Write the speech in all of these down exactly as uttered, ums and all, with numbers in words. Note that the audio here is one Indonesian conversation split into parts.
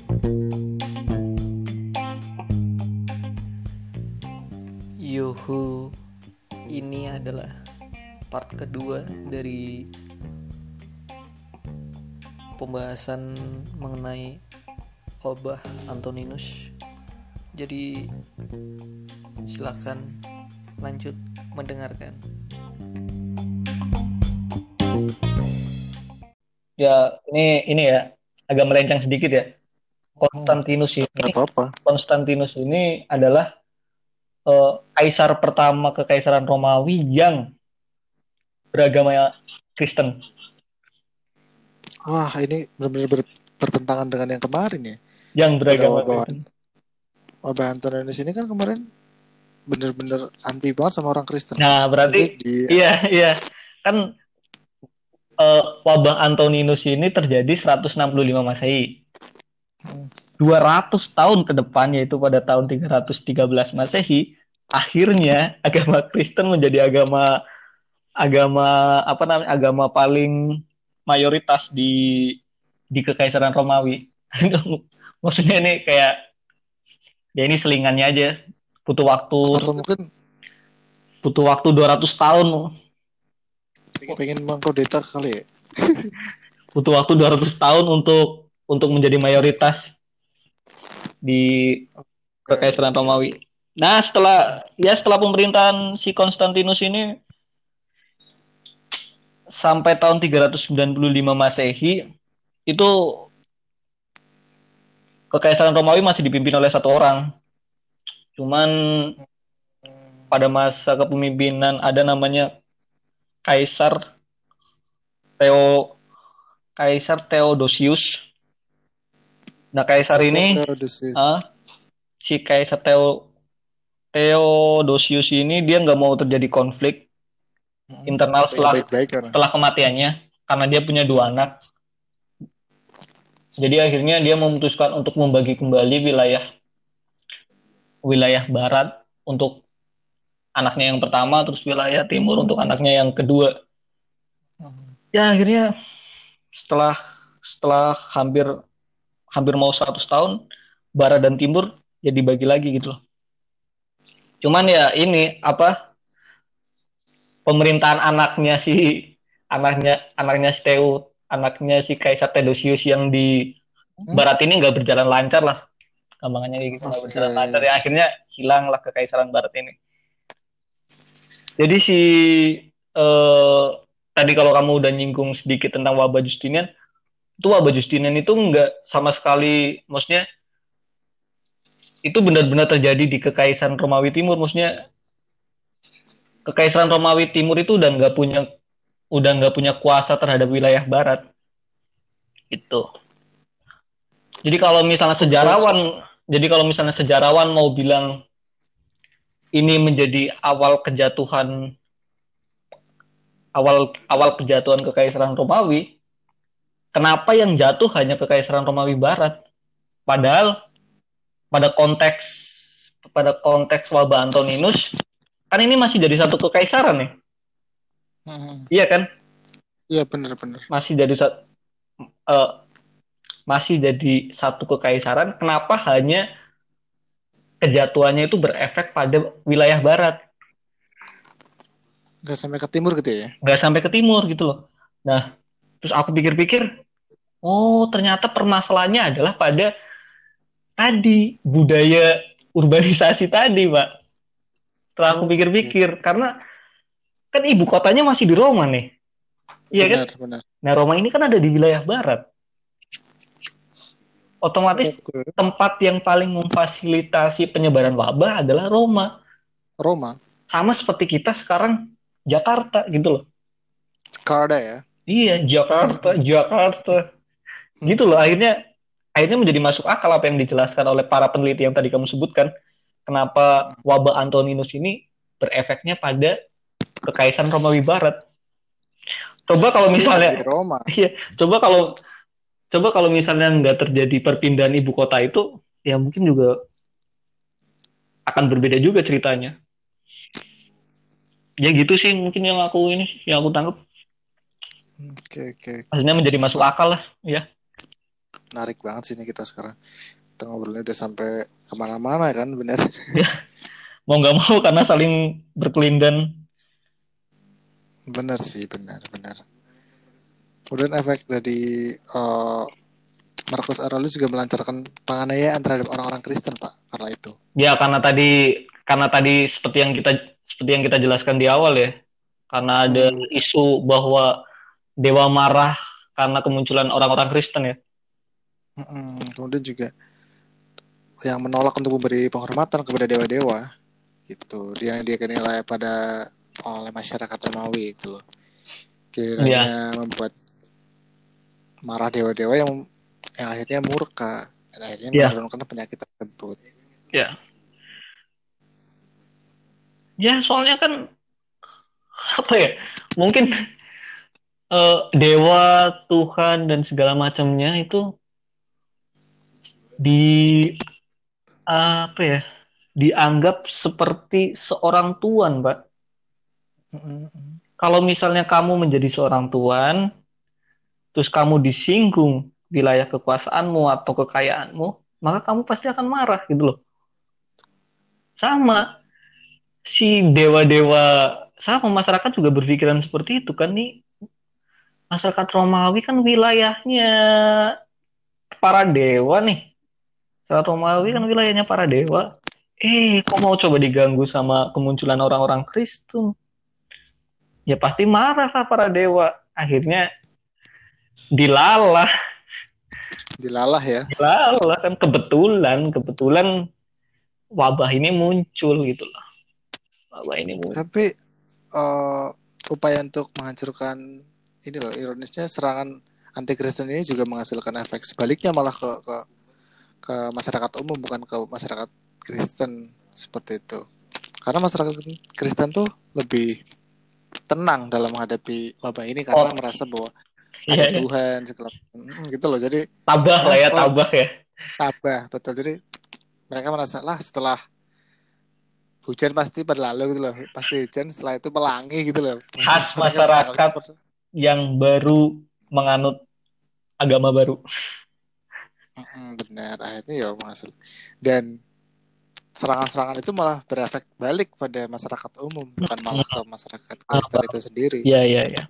Yuhu, ini adalah part kedua dari pembahasan mengenai wabah Antoninus. Jadi silakan lanjut mendengarkan. Ya, ini ini ya agak melenceng sedikit ya. Konstantinus ini, Nggak apa-apa. Konstantinus ini adalah uh, kaisar pertama kekaisaran Romawi yang beragama Kristen. Wah, ini benar-benar ber- bertentangan dengan yang kemarin ya. Yang beragama wabah, Kristen. Wabah Antoninus ini kan kemarin benar-benar anti banget sama orang Kristen. Nah, berarti dia... iya iya kan uh, wabah Antoninus ini terjadi seratus enam puluh lima Masehi. Hmm. dua ratus tahun ke depan, yaitu pada tahun tiga ratus tiga belas Masehi, akhirnya agama Kristen menjadi agama agama apa namanya agama paling mayoritas di di kekaisaran Romawi. Maksudnya ini kayak ya ini selingannya aja, butuh waktu atau mungkin butuh waktu dua ratus tahun. Pengen, pengen mengkudeta kali ya. Butuh waktu dua ratus tahun untuk untuk menjadi mayoritas di kekaisaran Romawi. Nah, setelah ya setelah pemerintahan si Konstantinus ini sampai tahun tiga ratus sembilan puluh lima Masehi, itu kekaisaran Romawi masih dipimpin oleh satu orang. Cuman pada masa kepemimpinan ada namanya Kaisar Theo Kaisar Theodosius. Nah, kaisar, kaisar ini uh, si Kaisar Theo Theodosius ini dia nggak mau terjadi konflik hmm, internal setelah baik-baik, setelah kematiannya, karena dia punya dua anak. Jadi akhirnya dia memutuskan untuk membagi kembali wilayah wilayah barat untuk anaknya yang pertama, terus wilayah timur untuk anaknya yang kedua. Ya akhirnya setelah setelah hampir hampir mau seratus tahun, barat dan timur ya dibagi lagi gitu loh. Cuman ya ini apa pemerintahan anaknya si anaknya anaknya si Theo, anaknya si Kaisar Theodosius yang di hmm? barat ini nggak berjalan lancar lah, gampangannya kayak gitu, nggak okay. berjalan lancar ya, akhirnya hilanglah kekaisaran barat ini. Jadi si eh, tadi kalau kamu udah nyinggung sedikit tentang wabah Justinian, itu wabah Justinian itu nggak sama sekali, maksudnya itu benar-benar terjadi di kekaisaran Romawi Timur, maksudnya kekaisaran Romawi Timur itu udah nggak punya udah nggak punya kuasa terhadap wilayah barat itu. Jadi kalau misalnya sejarawan, jadi kalau misalnya sejarawan mau bilang ini menjadi awal kejatuhan awal awal kejatuhan kekaisaran Romawi, kenapa yang jatuh hanya kekaisaran Romawi Barat? Padahal pada konteks pada konteks wabah Antoninus kan ini masih dari satu kekaisaran nih. Hmm. Iya kan? Iya benar-benar. Masih dari satu uh, masih jadi satu kekaisaran. Kenapa hanya kejatuhannya itu berefek pada wilayah barat? Gak sampai ke timur gitu ya? Gak sampai ke timur gitu loh. Nah, terus aku pikir-pikir, oh ternyata permasalahannya adalah pada tadi budaya urbanisasi tadi, Pak. Setelah aku pikir-pikir, okay. Karena kan ibu kotanya masih di Roma nih, iya kan? Benar. Nah, Roma ini kan ada di wilayah barat. Otomatis okay. Tempat yang paling memfasilitasi penyebaran wabah adalah Roma. Roma. Sama seperti kita sekarang Jakarta gitu loh. Jakarta ya? Iya, Jakarta, Jakarta. Gitu loh, akhirnya akhirnya menjadi masuk akal apa yang dijelaskan oleh para peneliti yang tadi kamu sebutkan. Kenapa wabah Antoninus ini berefeknya pada kekaisaran Romawi Barat. Coba kalau misalnya Roma. Iya, coba kalau coba kalau misalnya nggak terjadi perpindahan ibu kota itu, ya mungkin juga akan berbeda juga ceritanya. Ya gitu sih mungkin yang aku ini, yang aku tangkap. Oke, oke. Maksudnya menjadi masuk akal lah, ya. menarik banget sih ini kita sekarang. Kita ngobrolnya udah sampai kemana-mana kan, bener? Mau nggak mau karena saling berkelindan. Bener sih, bener, bener. Kemudian efek dari uh, Marcus Aurelius juga melancarkan penganiayaan terhadap orang-orang Kristen, Pak, karena itu. Ya karena tadi karena tadi seperti yang kita seperti yang kita jelaskan di awal ya. Karena ada Hmm. isu bahwa dewa marah karena kemunculan orang-orang Kristen ya. Hmm. Kemudian juga yang menolak untuk memberi penghormatan kepada dewa-dewa gitu, dia yang diyakini oleh pada oleh masyarakat Romawi itu loh, kiranya Ya. membuat marah dewa-dewa yang yang akhirnya murka dan akhirnya Ya. menurunkan penyakit tersebut. Ya. Ya soalnya kan apa ya? Mungkin uh, dewa, Tuhan dan segala macamnya itu di apa ya? Dianggap seperti seorang tuan, Pak. Mm-mm. Kalau misalnya kamu menjadi seorang tuan, terus kamu disinggung wilayah kekuasaanmu atau kekayaanmu, maka kamu pasti akan marah gitu loh. Sama si dewa-dewa, sama masyarakat juga berpikiran seperti itu kan nih. Masyarakat Romawi kan wilayahnya para dewa nih. Masyarakat Romawi kan Mm-mm. wilayahnya para dewa. Eh, kok mau coba diganggu sama kemunculan orang-orang Kristen? Ya pasti marah lah para dewa. Akhirnya dilalah, Dilalah ya. dilalah kan kebetulan, kebetulan wabah ini muncul gitu loh. Wabah ini muncul. Tapi uh, upaya untuk menghancurkan ini loh, ironisnya serangan anti Kristen ini juga menghasilkan efek sebaliknya, malah ke ke ke masyarakat umum, bukan ke masyarakat Kristen seperti itu. Karena masyarakat Kristen tuh lebih tenang dalam menghadapi wabah ini karena Oh, merasa bahwa ada iya, iya. Tuhan segala hmm, gitu loh. Jadi Tabah ya lah ya, oh, tabah ya. tabah betul. Jadi mereka merasa lah setelah hujan pasti berlalu gitu loh. Pasti hujan, setelah itu pelangi gitu loh. Khas Mereka menganggap itu masyarakat seperti yang baru menganut agama baru. mm, benar. Akhirnya ya menghasil. Dan serangan-serangan itu malah berefek balik pada masyarakat umum, bukan malah ke masyarakat Kristen itu sendiri. Iya, iya, iya.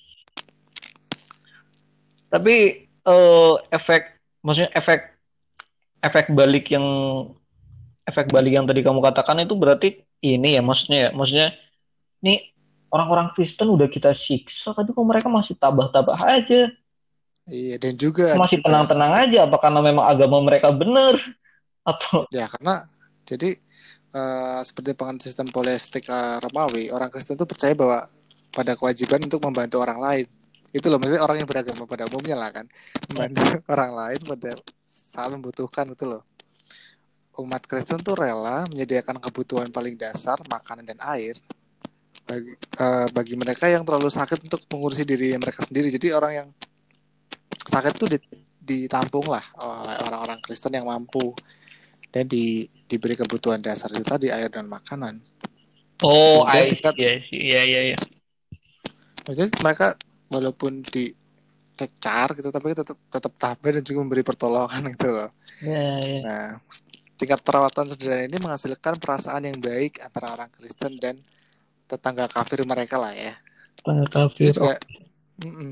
Tapi eh, efek, maksudnya efek efek balik yang efek balik yang tadi kamu katakan itu berarti ini ya, maksudnya ya, maksudnya nih orang-orang Kristen udah kita siksa, tapi kok mereka masih tabah-tabah aja, Iya, dan juga ada masih juga tenang-tenang aja, apa karena memang agama mereka benar atau ya karena jadi uh, seperti penganut sistem politik uh, Romawi, orang Kristen itu percaya bahwa pada kewajiban untuk membantu orang lain. Itu loh, maksudnya orang yang beragama pada umumnya lah kan, membantu orang lain pada saat membutuhkan itu loh. Umat Kristen tuh rela menyediakan kebutuhan paling dasar, makanan dan air bagi uh, bagi mereka yang terlalu sakit untuk mengurusi diri mereka sendiri. Jadi orang yang sakit tuh ditampung lah oleh orang-orang Kristen yang mampu dan di, diberi kebutuhan dasar itu tadi, air dan makanan. oh Kemudian I tingkat, see, I see. Iya, iya, iya. maksudnya mereka walaupun dicecar gitu, tapi tetap tetap tabah dan juga memberi pertolongan gitu loh. Iya, iya. Nah, tingkat perawatan sederhana ini menghasilkan perasaan yang baik antara orang Kristen dan tetangga kafir mereka lah ya. Tanggal Jadi kafir. juga oh.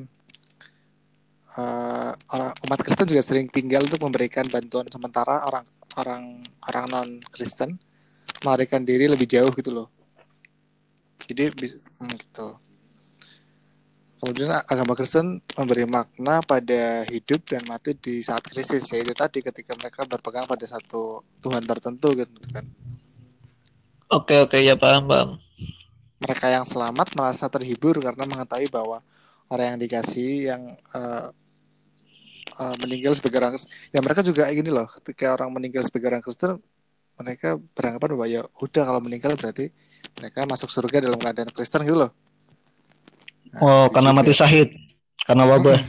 uh, orang umat Kristen juga sering tinggal untuk memberikan bantuan sementara orang orang orang non Kristen melarikan diri lebih jauh gitu loh. Jadi hmm, gitu. Kemudian agama Kristen memberi makna pada hidup dan mati di saat krisis, yaitu tadi ketika mereka berpegang pada satu Tuhan tertentu gitu kan. Oke, oke, ya paham, paham. Mereka yang selamat merasa terhibur karena mengetahui bahwa orang yang dikasih yang uh, uh, meninggal sebagai orang Kristen, ya mereka juga gini loh, ketika orang meninggal sebagai orang Kristen, mereka beranggapan bahwa ya udah kalau meninggal berarti mereka masuk surga dalam keadaan Kristen gitu loh. Nah, Oh, karena juga. mati syahid, karena wabah.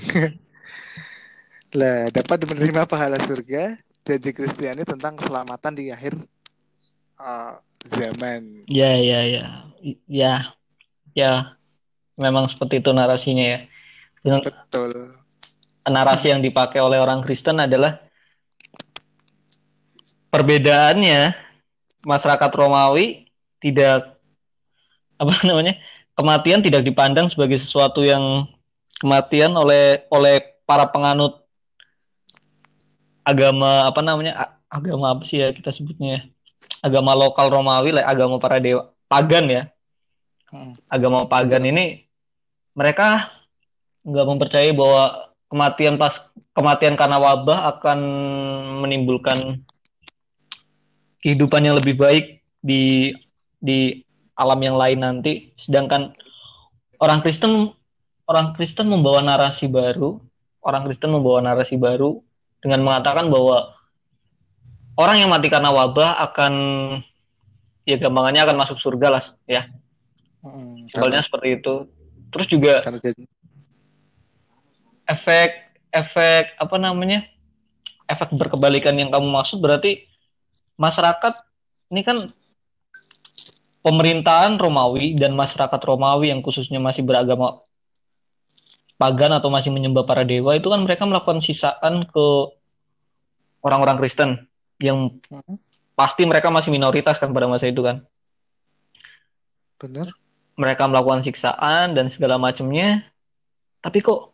Lah, dapat menerima pahala surga, janji Kristiani tentang keselamatan di akhir uh, zaman. Ya, ya, ya, ya, ya. Memang seperti itu narasinya ya. Dan Betul. narasi yang dipakai oleh orang Kristen adalah perbedaannya masyarakat Romawi tidak apa namanya kematian tidak dipandang sebagai sesuatu yang kematian oleh oleh para penganut agama apa namanya a- agama apa sih ya kita sebutnya ya? Agama lokal Romawi lah agama para dewa pagan ya Hmm. agama pagan Betul. ini mereka nggak mempercayai bahwa kematian pas kematian karena wabah akan menimbulkan kehidupan yang lebih baik di di alam yang lain nanti sedangkan orang Kristen orang Kristen membawa narasi baru orang Kristen membawa narasi baru dengan mengatakan bahwa orang yang mati karena wabah akan ya gampangannya akan masuk surga lah ya Hmm. simpelnya Karena seperti itu terus juga karena dia efek efek apa namanya efek berkebalikan yang kamu maksud berarti masyarakat ini kan pemerintahan Romawi dan masyarakat Romawi yang khususnya masih beragama pagan atau masih menyembah para dewa itu kan mereka melakukan sisaan ke orang-orang Kristen yang Hmm. pasti mereka masih minoritas kan pada masa itu kan benar. mereka melakukan siksaan dan segala macamnya tapi kok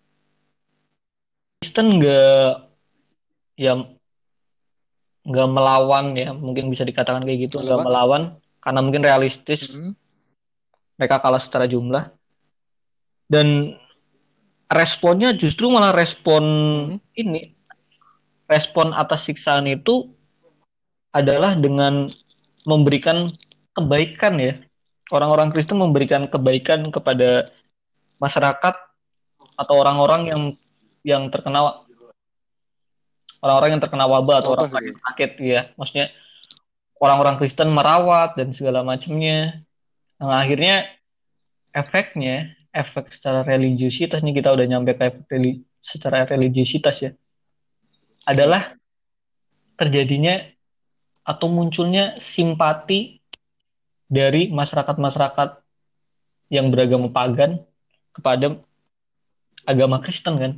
Kristen nggak ya nggak melawan ya mungkin bisa dikatakan kayak gitu Kalau nggak Pak, melawan karena mungkin realistis hmm. mereka kalah secara jumlah dan responnya justru malah respon Hmm. ini respon atas siksaan itu adalah dengan memberikan kebaikan ya orang-orang Kristen memberikan kebaikan kepada masyarakat atau orang-orang yang yang terkena orang-orang yang terkena wabah atau Wabah orang-orang gitu yang ya. sakit ya maksudnya orang-orang Kristen merawat dan segala macamnya nah akhirnya efeknya efek secara religiusitas nih kita udah nyampe ke efek religi, secara religiusitas ya Benar. adalah terjadinya atau munculnya simpati dari masyarakat-masyarakat yang beragama pagan kepada agama Kristen kan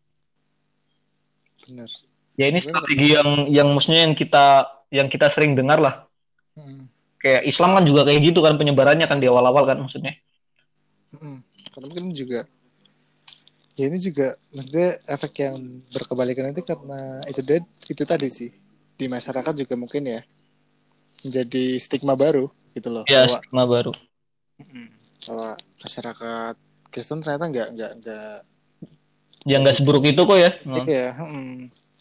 Benar. ya ini Mungkin strategi yang yang maksudnya yang kita yang kita sering dengar lah hmm. kayak Islam kan juga kayak gitu kan penyebarannya kan di awal-awal kan maksudnya Hmm. Karena mungkin juga ya ini juga maksudnya efek yang berkebalikan itu karena itu dia itu tadi sih di masyarakat juga mungkin ya menjadi stigma baru gitu loh ya bahwa stigma baru mm, bahwa masyarakat Kristen ternyata nggak nggak nggak yang nggak nggak sejahat seburuk itu kok ya hmm. ya mm,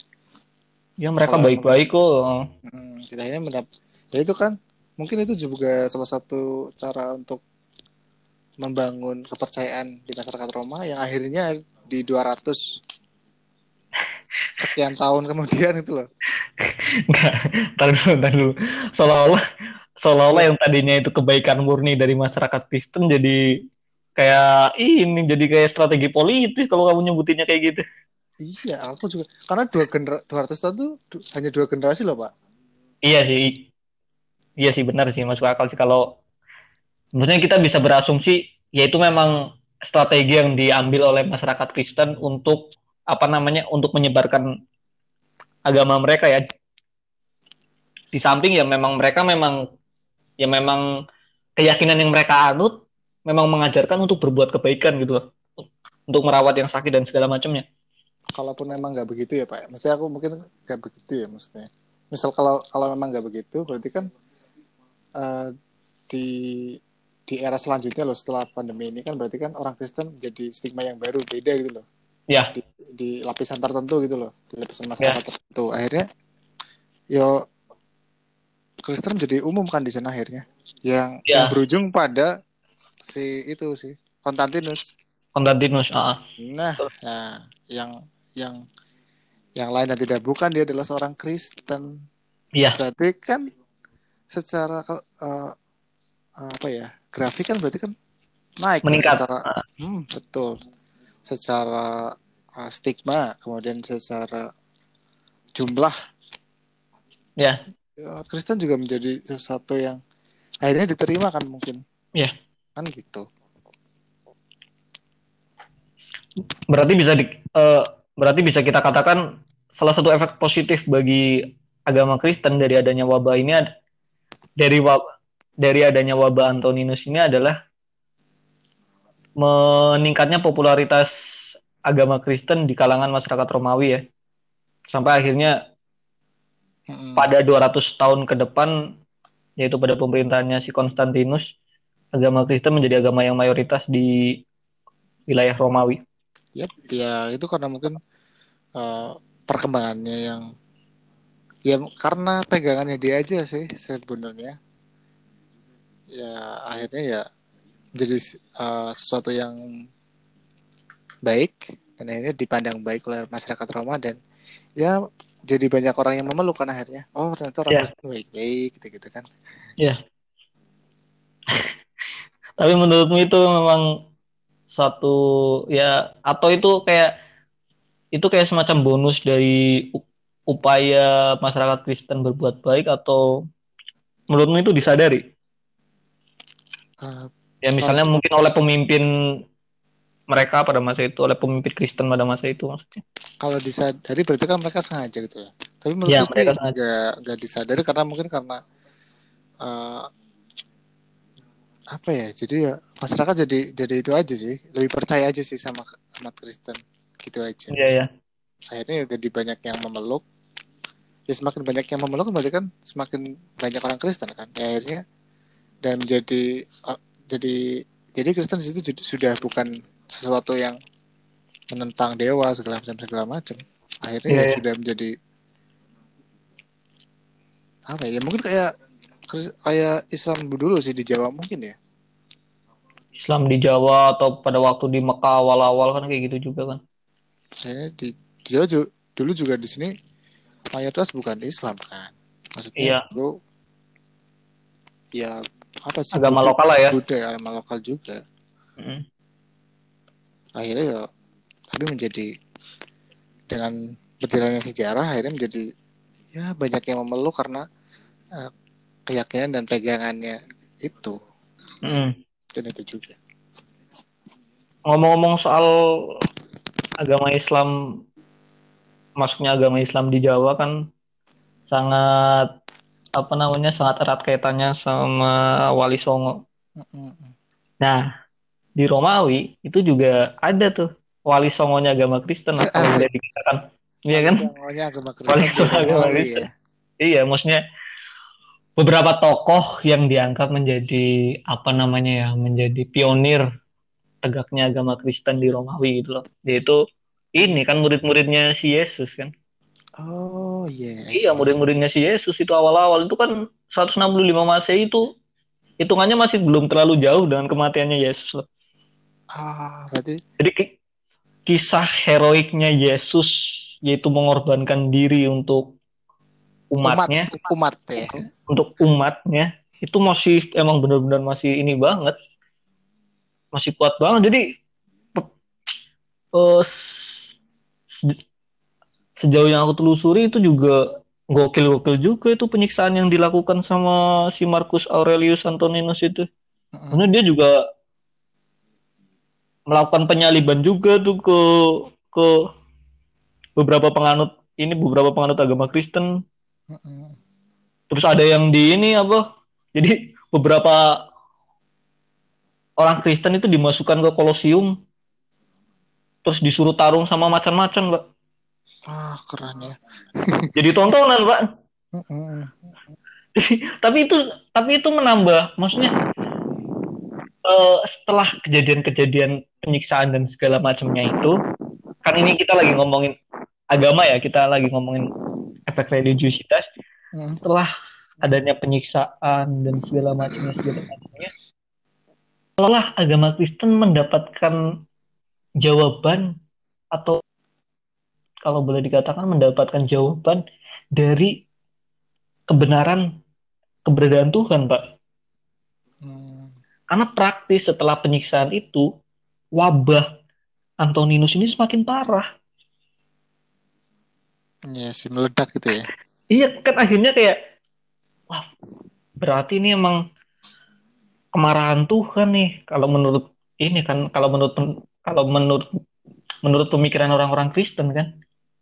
ya mereka kalau emang baik-baik kok mm, kita ini mendapat ya itu kan mungkin itu juga salah satu cara untuk membangun kepercayaan di masyarakat Roma yang akhirnya di dua ratus sekian tahun kemudian itu loh. Nggak, ntar dulu, ntar dulu. Seolah-olah, seolah-olah Loh, yang tadinya itu kebaikan murni dari masyarakat Kristen jadi kayak ini, jadi kayak strategi politis kalau kamu nyebutinnya kayak gitu. iya, aku juga karena dua genera dua ratus tahun tuh du- hanya dua generasi loh, Pak. Iya sih, iya sih benar sih masuk akal sih kalau maksudnya kita bisa berasumsi ya itu memang strategi yang diambil oleh masyarakat Kristen untuk apa namanya untuk menyebarkan agama mereka ya. Di samping ya memang mereka memang ya memang keyakinan yang mereka anut memang mengajarkan untuk berbuat kebaikan gitu loh. Untuk merawat yang sakit dan segala macamnya. Kalaupun memang nggak begitu ya, Pak. Mesti aku mungkin nggak begitu ya, maksudnya. Misal kalau kalau memang nggak begitu, berarti kan eh, di di era selanjutnya loh setelah pandemi ini kan berarti kan orang Kristen jadi stigma yang baru beda gitu loh Ya, di, di lapisan tertentu gitu loh di lapisan ya, masyarakat tertentu akhirnya yo Kristen jadi umum kan di sana akhirnya yang yang ya. berujung pada si itu sih Konstantinus. Konstantinus, ah, Nah, nah yang yang yang lain dan tidak bukan dia adalah seorang Kristen. iya, Berarti kan secara uh, apa ya grafik kan berarti kan naik tuh meningkat. secara hmm, betul secara uh, stigma kemudian secara jumlah Ya, ya, Kristen juga menjadi sesuatu yang akhirnya diterima kan mungkin ya. kan gitu. Berarti bisa di, eh, berarti bisa kita katakan salah satu efek positif bagi agama Kristen dari adanya wabah ini ad- dari wabah dari adanya wabah Antoninus ini adalah meningkatnya popularitas agama Kristen di kalangan masyarakat Romawi ya. Sampai akhirnya Mm-mm. pada dua ratus tahun ke depan, yaitu pada pemerintahannya si Konstantinus, agama Kristen menjadi agama yang mayoritas di wilayah Romawi. Yap, ya itu karena mungkin uh, perkembangannya yang ya karena pegangannya dia aja sih sebenarnya. Ya akhirnya ya menjadi uh, sesuatu yang baik dan akhirnya dipandang baik oleh masyarakat Roma dan ya jadi banyak orang yang memeluk kan akhirnya. Oh ternyata orang Ya, Kristen baik-baik gitu-gitu kan. ya. Tapi menurutmu itu memang satu ya atau itu kayak itu kayak semacam bonus dari u- upaya masyarakat Kristen berbuat baik atau menurutmu itu disadari? Uh, Ya kalau misalnya mungkin oleh pemimpin mereka pada masa itu, oleh pemimpin Kristen pada masa itu maksudnya. kalau disadari berarti kan mereka sengaja gitu ya. Tapi Ya menurutku mereka sih sangat nggak nggak disadari karena mungkin karena uh, apa ya jadi ya masyarakat jadi jadi itu aja sih lebih percaya aja sih sama umat Kristen gitu aja ya ya. akhirnya jadi banyak yang memeluk ya semakin banyak yang memeluk berarti kan semakin banyak orang Kristen kan ya, akhirnya dan menjadi uh, jadi jadi Kristen di situ jadi- sudah bukan sesuatu yang menentang dewa segala macam segala macam akhirnya Iya ya ya. sudah menjadi apa ya, ya mungkin kayak Kris- kayak Islam dulu sih di Jawa mungkin ya Islam di Jawa atau pada waktu di Mekah awal-awal kan kayak gitu juga kan. akhirnya di, di Jawa ju- dulu juga di sini mayoritas bukan Islam kan maksudnya Iya, bro ya apa sih agama Buddha lokal lah ya. Buddha agama lokal juga Mm. akhirnya ya tapi menjadi dengan berjalannya sejarah akhirnya menjadi ya banyak yang memeluk karena uh, keyakinan dan pegangannya itu Mm. dan itu juga Ngomong-ngomong soal agama Islam, masuknya agama Islam di Jawa kan sangat apa namanya sangat erat kaitannya sama Wali Songo. Mm-mm. Nah, di Romawi itu juga ada tuh Wali Songonya agama Kristen lah kalau boleh asik dikatakan. Iya wali kan? songonya agama Wali Kristen di Songo agama Romawi Kristen. ya Iya, maksudnya beberapa tokoh yang diangkat menjadi apa namanya ya, menjadi pionir tegaknya agama Kristen di Romawi gitu loh. Yaitu ini kan murid-muridnya si Yesus kan. oh Iya, yes yes murid-muridnya si Yesus itu awal-awal itu kan seratus enam puluh lima Masehi itu hitungannya masih belum terlalu jauh dengan kematiannya Yesus loh. ah berarti Jadi ki- kisah heroiknya Yesus yaitu mengorbankan diri untuk umat umatnya, umat ya untuk umatnya itu masih emang benar-benar masih ini banget, masih kuat banget. Jadi pe- eh, s- sejauh yang aku telusuri itu juga gokil-gokil juga itu penyiksaan yang dilakukan sama si Marcus Aurelius Antoninus itu. Mm-mm. Karena dia juga melakukan penyaliban juga tuh ke ke beberapa penganut ini beberapa penganut agama Kristen. Mm-mm. Terus ada yang di ini apa? Jadi beberapa orang Kristen itu dimasukkan ke Kolosium terus disuruh tarung sama macan-macan, Pak. ah keren ya Jadi tontonan, Pak. Mm-mm. tapi itu tapi itu menambah maksudnya eh, setelah kejadian-kejadian penyiksaan dan segala macamnya itu kan ini kita lagi ngomongin agama ya, kita lagi ngomongin efek religiusitas. Mm. Setelah adanya penyiksaan dan segala macamnya segala macamnya setelah agama Kristen mendapatkan jawaban atau kalau boleh dikatakan mendapatkan jawaban dari kebenaran keberadaan Tuhan, Pak. Mm. Karena praktis setelah penyiksaan itu wabah Antoninus ini semakin parah. Iya sih meledak gitu ya Iya kan akhirnya kayak wah berarti ini emang kemarahan Tuhan nih kalau menurut ini kan kalau menurut kalau menurut menurut pemikiran orang-orang Kristen kan.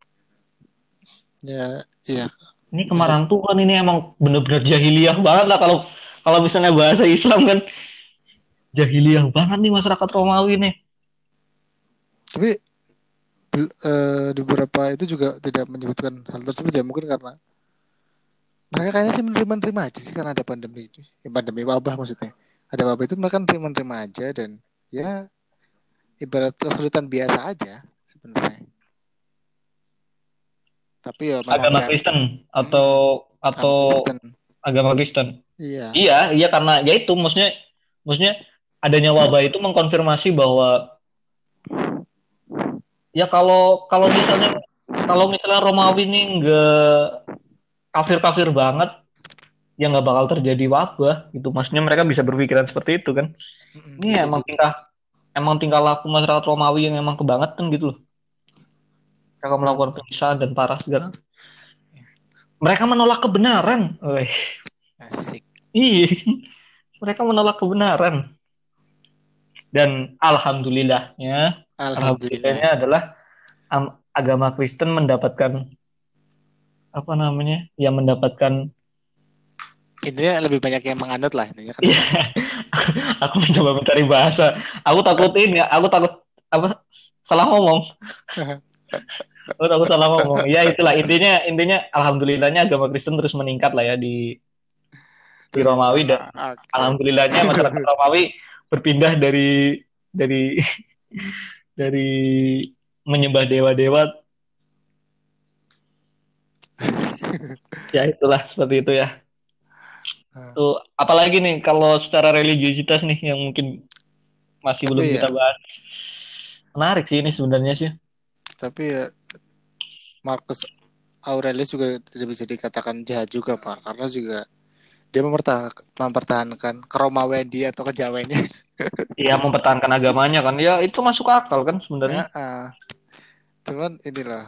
Ya, iya. Ini kemarahan Tuhan ini emang bener-bener jahiliyah banget lah kalau kalau misalnya bahasa Islam kan jahiliyah banget nih masyarakat Romawi nih. Tapi bel- eh, di beberapa itu juga tidak menyebutkan hal tersebut ya, mungkin karena mereka kayaknya sih menerima-nerima aja sih karena ada pandemi itu. Ya, pandemi wabah maksudnya. Ada wabah itu mereka menerima-nerima aja dan ya ibarat kesulitan biasa aja sebenarnya. Tapi ya memang Agama berat. Kristen atau Mm-mm. atau Agama Kristen. agama Kristen. Iya. Iya, iya karena ya itu maksudnya maksudnya adanya wabah itu mengkonfirmasi bahwa ya kalau kalau misalnya kalau misalnya Romawi ini enggak kafir-kafir banget ya nggak bakal terjadi wabah gitu. Maksudnya mereka bisa berpikiran seperti itu kan. Mm-mm, Ini bisa emang juga. tingkah emang tingkah laku masyarakat Romawi yang emang kebangetan gitu loh. Mereka Nah, melakukan penyiksaan dan parah segala. Mereka menolak kebenaran. Weh. asik. Iya, mereka menolak kebenaran. Dan alhamdulillahnya, Alhamdulillah. alhamdulillahnya adalah am- agama Kristen mendapatkan apa namanya? Ya mendapatkan Intinya lebih banyak yang menganut lah intinya kan iya. gitu. Aku mencoba mencari bahasa. Aku takut ini ya, aku takut apa salah ngomong. Aku takut salah ngomong. Ya itulah intinya intinya alhamdulillahnya agama Kristen terus meningkat lah ya di di Di Romawi dan Roma. Oke. alhamdulillahnya masyarakat Romawi berpindah dari dari dari menyembah dewa-dewa ya itulah seperti itu ya. Nah, Tuh apalagi nih kalau secara religiusitas nih yang mungkin masih belum tapi kita ya, bahas. Menarik sih ini sebenarnya sih. tapi ya Marcus Aurelius juga tidak bisa dikatakan jahat juga Pak, karena juga dia mempertahankan, mempertahankan keromawian dia atau kejawennya. Ya mempertahankan agamanya kan ya itu masuk akal kan sebenarnya. Ya, ah. Cuman inilah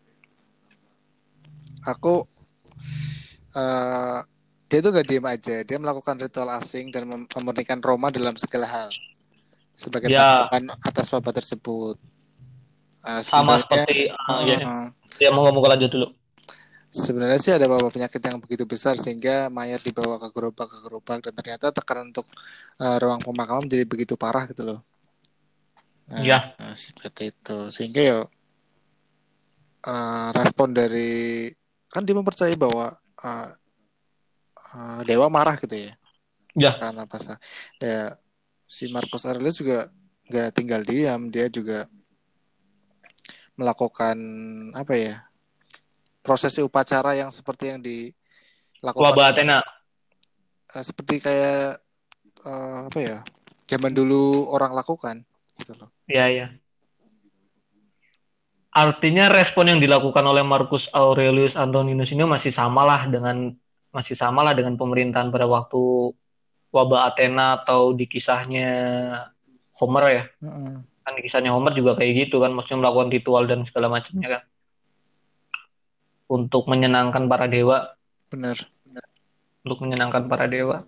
aku eh dia tuh gak diem aja, dia melakukan ritual asing dan mem- memurnikan Roma dalam segala hal sebagai Ya tanggapan atas wabah tersebut. Eh, sama sebenarnya, seperti uh, ya eh, ya mau ngomong lanjut dulu. sebenarnya sih ada wabah penyakit yang begitu besar sehingga mayat dibawa ke gerobak ke gerobak dan ternyata tekanan untuk eh, ruang pemakaman jadi begitu parah gitu loh. Nah, Ya nah, seperti itu sehingga ya eh, respon dari kan dia mempercayai bahwa eh, eh, dewa marah gitu ya ya karena pasal ya si Marcus Aurelius juga nggak tinggal diam, dia juga melakukan apa ya, prosesi upacara yang seperti yang dilakukan wabah oleh Athena. eh, seperti kayak eh, apa ya, zaman dulu orang lakukan gitu loh. Ya ya. Artinya respon yang dilakukan oleh Marcus Aurelius Antoninus ini masih samalah dengan masih samalah dengan pemerintahan pada waktu wabah Athena atau di kisahnya Homer ya. Mm-mm. Kan di kisahnya Homer juga kayak gitu kan, maksudnya melakukan ritual dan segala macamnya kan untuk menyenangkan para dewa, Bener. untuk menyenangkan para dewa.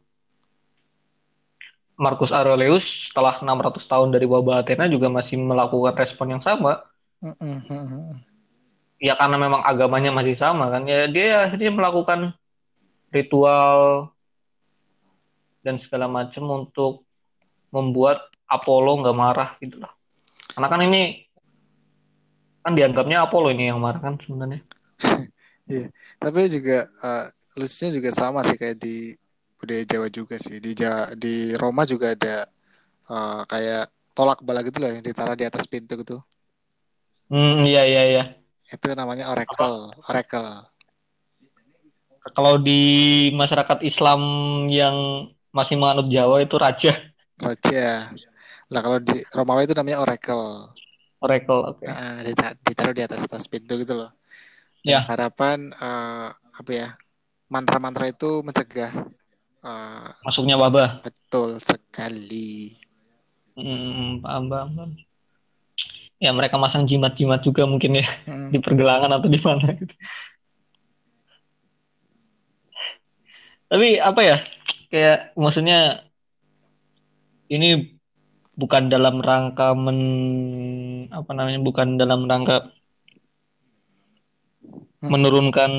Marcus Aurelius setelah enam ratus tahun dari wabah Athena juga masih melakukan respon yang sama. Mm-mm, mm-mm. Ya karena memang agamanya masih sama kan. Ya dia akhirnya melakukan ritual dan segala macam untuk membuat Apollo nggak marah gitu lah. Karena kan ini kan dianggapnya Apollo ini yang marah kan sebenarnya. Iya. Tapi juga eh, lucunya juga sama sih kayak di budaya Jawa juga sih, di Jawa, di Roma juga ada eh, kayak tolak bala gitu loh yang ditaruh di atas pintu gitu. Hmm, iya iya iya. Itu namanya oracle, Apa oracle. kalau di masyarakat Islam yang masih menganut Jawa itu raja, Raja. Lah kalau di Romawi itu namanya oracle. oracle, oke. Okay. Nah, dita- ditaruh di atas atas pintu gitu loh. Dengan Ya, harapan eh, apa ya? Mantra-mantra itu mencegah. eh, masuknya wabah. betul sekali. Hmm, paham, paham, paham. Ya mereka masang jimat-jimat juga mungkin ya Hmm, di pergelangan atau di mana gitu. Tapi apa ya? Kayak maksudnya ini bukan dalam rangka men apa namanya bukan dalam rangka Hmm. menurunkan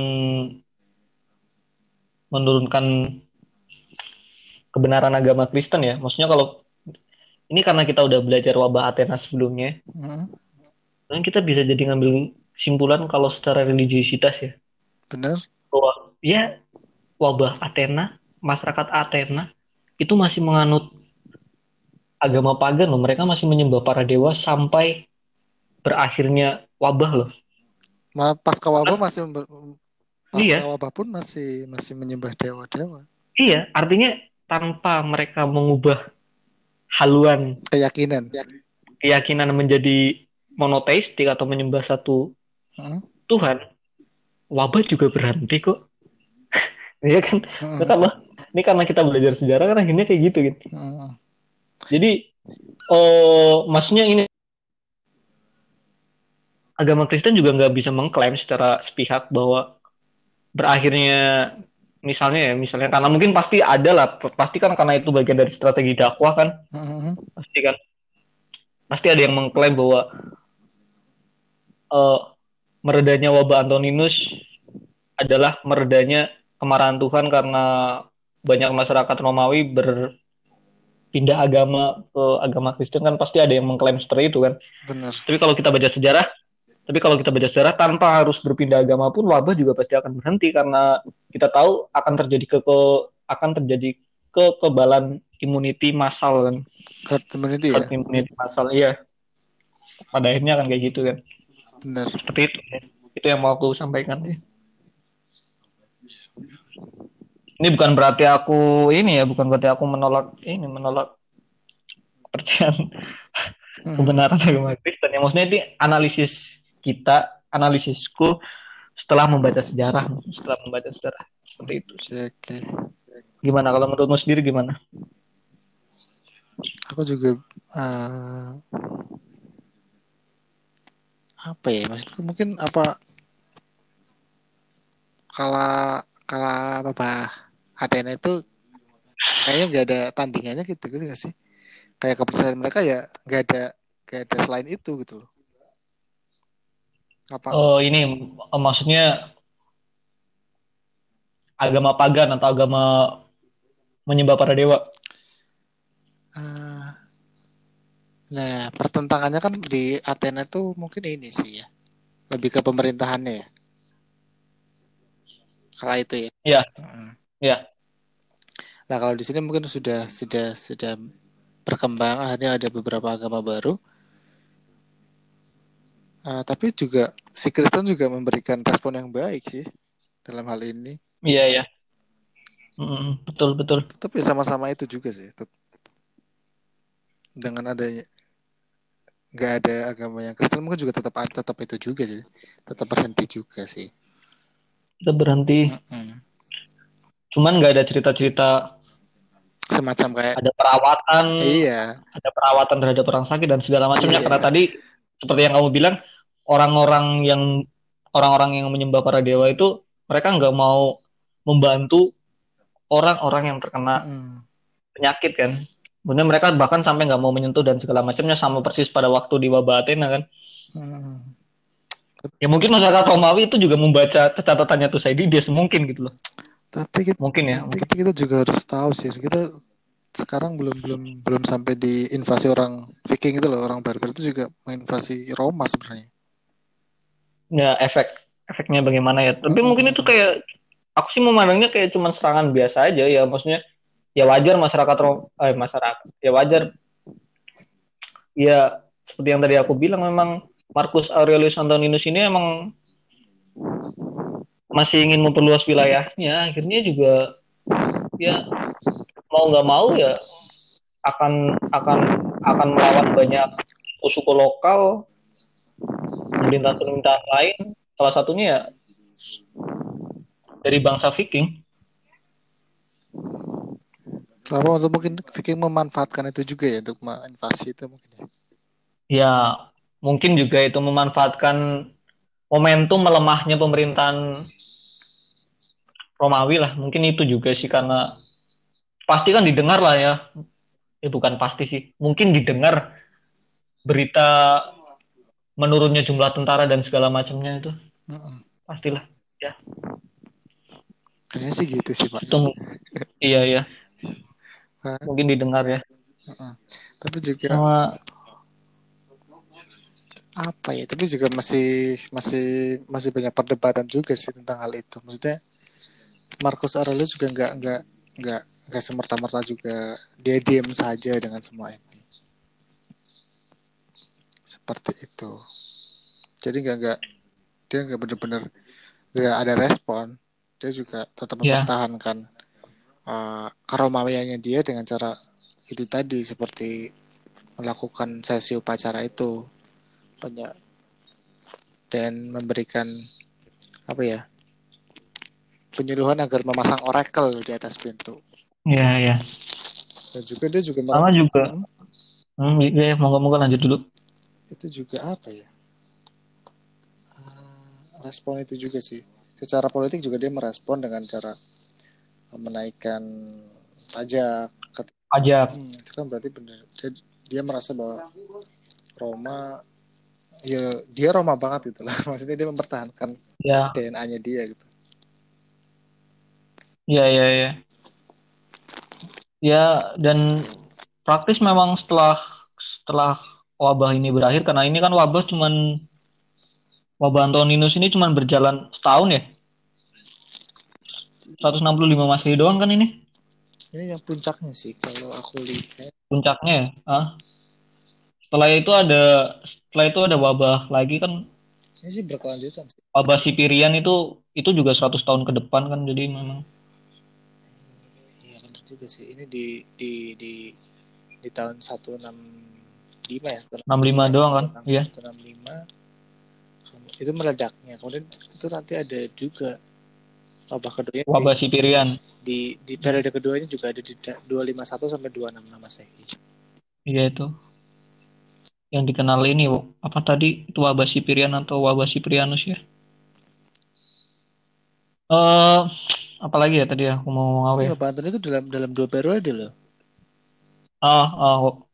menurunkan kebenaran agama Kristen ya. Maksudnya kalau ini karena kita udah belajar wabah Athena sebelumnya, Hmm. dan kita bisa jadi ngambil kesimpulan kalau secara religiusitas ya, Bener. bahwa ya wabah Athena, masyarakat Athena itu masih menganut agama pagan loh. Mereka masih menyembah para dewa sampai berakhirnya wabah loh. Malah pasca wabah Bahkan, masih member- pasca iya, wabah pun masih masih menyembah dewa-dewa. iya, artinya tanpa mereka mengubah haluan Keyakinan. keyakinan menjadi monoteistik atau menyembah satu Hmm. Tuhan, wabah juga berhenti kok. Iya kan? Nah, Hmm. karena ini karena kita belajar sejarah kan akhirnya kayak gitu gitu. Hmm. Jadi, oh, maksudnya ini agama Kristen juga nggak bisa mengklaim secara sepihak bahwa berakhirnya misalnya ya misalnya karena mungkin pasti ada lah pasti kan karena itu bagian dari strategi dakwah kan Hmm. pasti kan pasti ada yang mengklaim bahwa uh, meredanya wabah Antoninus adalah meredanya kemarahan Tuhan karena banyak masyarakat Romawi berpindah agama ke agama Kristen kan pasti ada yang mengklaim seperti itu kan. Bener. Tapi kalau kita baca sejarah, tapi kalau kita baca sejarah tanpa harus berpindah agama pun wabah juga pasti akan berhenti karena kita tahu akan terjadi ke, ke akan terjadi kekebalan imuniti massal kan. Herd immunity ya. Herd immunity massal iya. Pada akhirnya akan kayak gitu kan. Bener. Seperti itu. Ya. Itu yang mau aku sampaikan. Ya. Ini bukan berarti aku ini ya, bukan berarti aku menolak ini, menolak kepercayaan Hmm. kebenaran agama Kristen. Ya maksudnya ini analisis kita, analisisku setelah membaca sejarah, setelah membaca sejarah seperti itu. Oke. Gimana kalau menurutmu sendiri gimana? Aku juga uh, apa ya maksudku mungkin apa kala kala apa Athena itu kayaknya nggak ada tandingannya gitu gitu gak sih? Kayak kepercayaan mereka ya nggak ada nggak ada selain itu gitu loh. Apa? Oh ini oh, maksudnya agama pagan atau agama menyembah para dewa? Uh, nah pertentangannya kan di Athena tuh mungkin ini sih ya lebih ke pemerintahannya ya. Kala itu ya. Iya, Hmm. iya. Nah kalau di sini mungkin sudah sudah sudah berkembang akhirnya ada beberapa agama baru. Uh, tapi juga si Kristen juga memberikan respon yang baik sih dalam hal ini. Iya, iya. Mm, betul, betul. Tapi sama-sama itu juga sih. Dengan adanya nggak ada agama yang Kristen mungkin juga tetap tetap itu juga sih. Tetap berhenti juga sih. Kita berhenti. Mm-mm. Cuman nggak ada cerita-cerita Semacam kayak ada perawatan, iya, ada perawatan terhadap orang sakit dan segala macamnya. iya. Karena tadi seperti yang kamu bilang, orang-orang yang orang-orang yang menyembah para dewa itu mereka nggak mau membantu orang-orang yang terkena Mm-mm. penyakit kan. Kemudian mereka bahkan sampai nggak mau menyentuh dan segala macamnya sama persis pada waktu di wabah Athena kan. Mm-mm. Ya mungkin masyarakat Romawi itu juga membaca catatannya Thucydides mungkin gitu loh. Tapi kita, Mungkin ya. Mungkin. tapi kita juga harus tahu sih kita sekarang belum belum belum sampai di invasi orang Viking itu loh, orang barbar itu juga menginvasi Roma sebenarnya. Ya efek efeknya bagaimana ya. Tapi Mm-mm. mungkin itu kayak aku sih memandangnya kayak cuma serangan biasa aja ya. Maksudnya ya wajar masyarakat Rom eh masyarakat ya wajar ya seperti yang tadi aku bilang memang Marcus Aurelius Antoninus ini emang masih ingin memperluas wilayahnya akhirnya juga ya mau nggak mau ya akan akan akan melawan banyak suku lokal pemerintahan-pemerintahan lain salah satunya ya dari bangsa Viking. Apa untuk mungkin Viking memanfaatkan itu juga ya untuk menginvasi itu mungkin ya. Ya mungkin juga itu memanfaatkan momentum melemahnya pemerintahan Romawi lah mungkin itu juga sih karena pasti kan didengar lah ya eh bukan pasti sih, mungkin didengar berita menurunnya jumlah tentara dan segala macamnya itu Mm-mm. pastilah ya. Kayaknya sih gitu sih Pak Itu Yos. mu- iya ya, Nah, mungkin didengar ya. mm-mm. Tapi juga Sama apa ya? Tapi juga masih masih masih banyak perdebatan juga sih tentang hal itu. Maksudnya Marcus Aurelius juga nggak nggak nggak nggak semerta-merta juga dia diam saja dengan semua ini. Seperti itu. Jadi nggak nggak dia nggak benar-benar nggak ada respon. Dia juga tetap ya, mempertahankan uh, keromawiannya dia dengan cara itu tadi seperti melakukan sesi upacara itu banyak dan memberikan apa ya penyuluhan agar memasang orakel di atas pintu ya, ya. dan juga dia juga mer- Sama juga. Hmm, Hmm, ya, moga-moga lanjut dulu. itu juga apa ya Ah, respon itu juga sih secara politik juga dia merespon dengan cara menaikkan pajak. Ket- Pajak. hmm, itu kan berarti benar dia, dia merasa bahwa Roma ya dia Roma banget gitu lah maksudnya dia mempertahankan Ya, D N A-nya dia gitu. ya, ya, ya. Ya, dan praktis memang setelah setelah wabah ini berakhir, karena ini kan wabah cuman wabah Antoninus ini cuman berjalan setahun ya, seratus enam puluh lima Masehi doang kan ini Ini yang puncaknya sih kalau aku lihat puncaknya ya. Ah, setelah itu ada setelah itu ada wabah lagi kan, ini sih berkelanjutan sih. wabah Sipirian itu itu juga seratus tahun ke depan kan, jadi memang Iya benar juga sih. Ini di di di di tahun seratus enam puluh lima ya, enam puluh lima doang kan. Iya. seratus enam puluh lima itu meledaknya. Kemudian itu nanti ada juga wabah keduanya di Wabah Sipirian. di, di periode keduanya juga ada di dua ratus lima puluh satu sampai dua ratus enam puluh enam Masehi. Iya itu. Yang dikenal ini apa tadi itu wabah Sipirian atau wabah Siprianus ya. Eh apalagi ya tadi aku mau ngomong apa Ini ya? wabah Anton itu dalam dalam dua periode loh. Ah, ah, wo-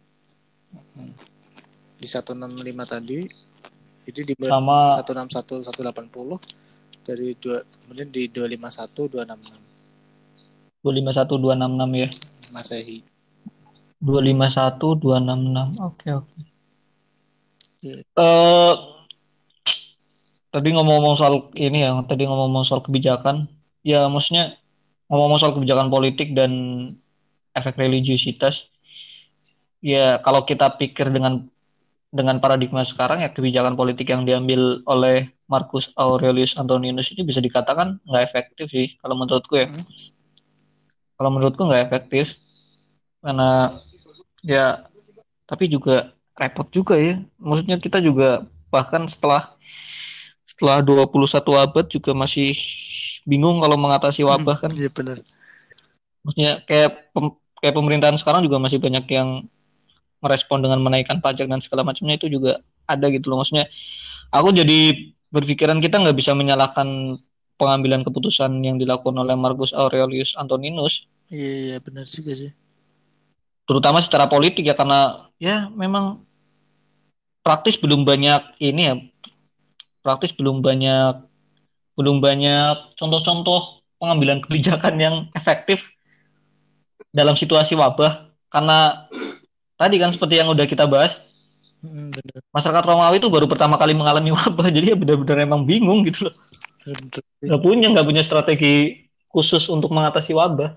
Di seratus enam puluh lima tadi jadi di sama seratus enam puluh satu seratus delapan puluh dari dua kemudian di dua ratus lima puluh satu dua ratus enam puluh enam dua ratus lima puluh satu dua ratus enam puluh enam ya. Masehi. dua ratus lima puluh satu dua ratus enam puluh enam. Oke, oke. Iya. Eh tadi ngomong-ngomong soal ini ya, tadi ngomong-ngomong soal kebijakan, ya maksudnya ngomong-ngomong soal kebijakan politik dan efek religiusitas, ya kalau kita pikir dengan dengan paradigma sekarang ya kebijakan politik yang diambil oleh Marcus Aurelius Antoninus ini bisa dikatakan nggak efektif sih kalau menurutku ya. Hmm. Kalau menurutku nggak efektif karena ya tapi juga repot juga ya. Maksudnya kita juga bahkan setelah setelah dua puluh satu abad juga masih bingung kalau mengatasi Hmm, wabah kan. iya benar. Maksudnya kayak pem- kayak pemerintahan sekarang juga masih banyak yang merespon dengan menaikkan pajak dan segala macamnya itu juga ada gitu loh. Maksudnya aku jadi berpikiran kita nggak bisa menyalahkan pengambilan keputusan yang dilakukan oleh Marcus Aurelius Antoninus, Iya iya benar juga sih. terutama secara politik ya karena ya memang praktis belum banyak ini ya, praktis belum banyak belum banyak contoh-contoh pengambilan kebijakan yang efektif dalam situasi wabah karena tadi kan seperti yang udah kita bahas, Hmm, benar. masyarakat Romawi itu baru pertama kali mengalami wabah jadi ya benar-benar emang bingung gitu loh, Benar. nggak punya nggak punya strategi khusus untuk mengatasi wabah.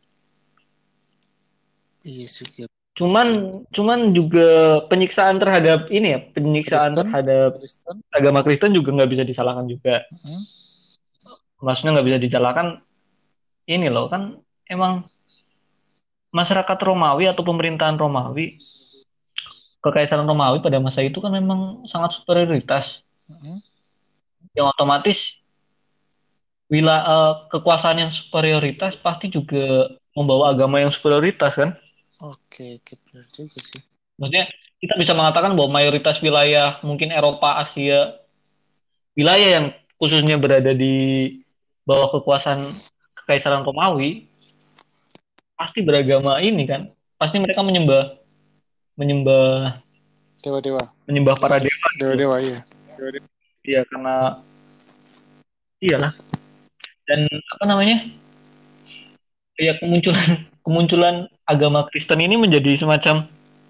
Iya sih. Iya. Cuman cuman juga penyiksaan terhadap ini ya, penyiksaan Kristen, terhadap Kristen. agama Kristen juga nggak bisa disalahkan juga. Hmm. Maksudnya nggak bisa disalahkan ini loh kan emang masyarakat Romawi atau pemerintahan Romawi, kekaisaran Romawi pada masa itu kan memang sangat superioritas. Hmm. Yang otomatis wilayah kekuasaan yang superioritas pasti juga membawa agama yang superioritas kan. Oke, oke benar juga sih. Maksudnya kita bisa mengatakan bahwa mayoritas wilayah mungkin Eropa, Asia, wilayah yang khususnya berada di bawah kekuasaan kekaisaran Romawi pasti beragama ini kan, pasti mereka menyembah menyembah Dewa-dewa. menyembah para dewa gitu. Dewa-dewa iya. Iya, karena iyalah. Dan apa namanya? Ya kemunculan kemunculan agama Kristen ini menjadi semacam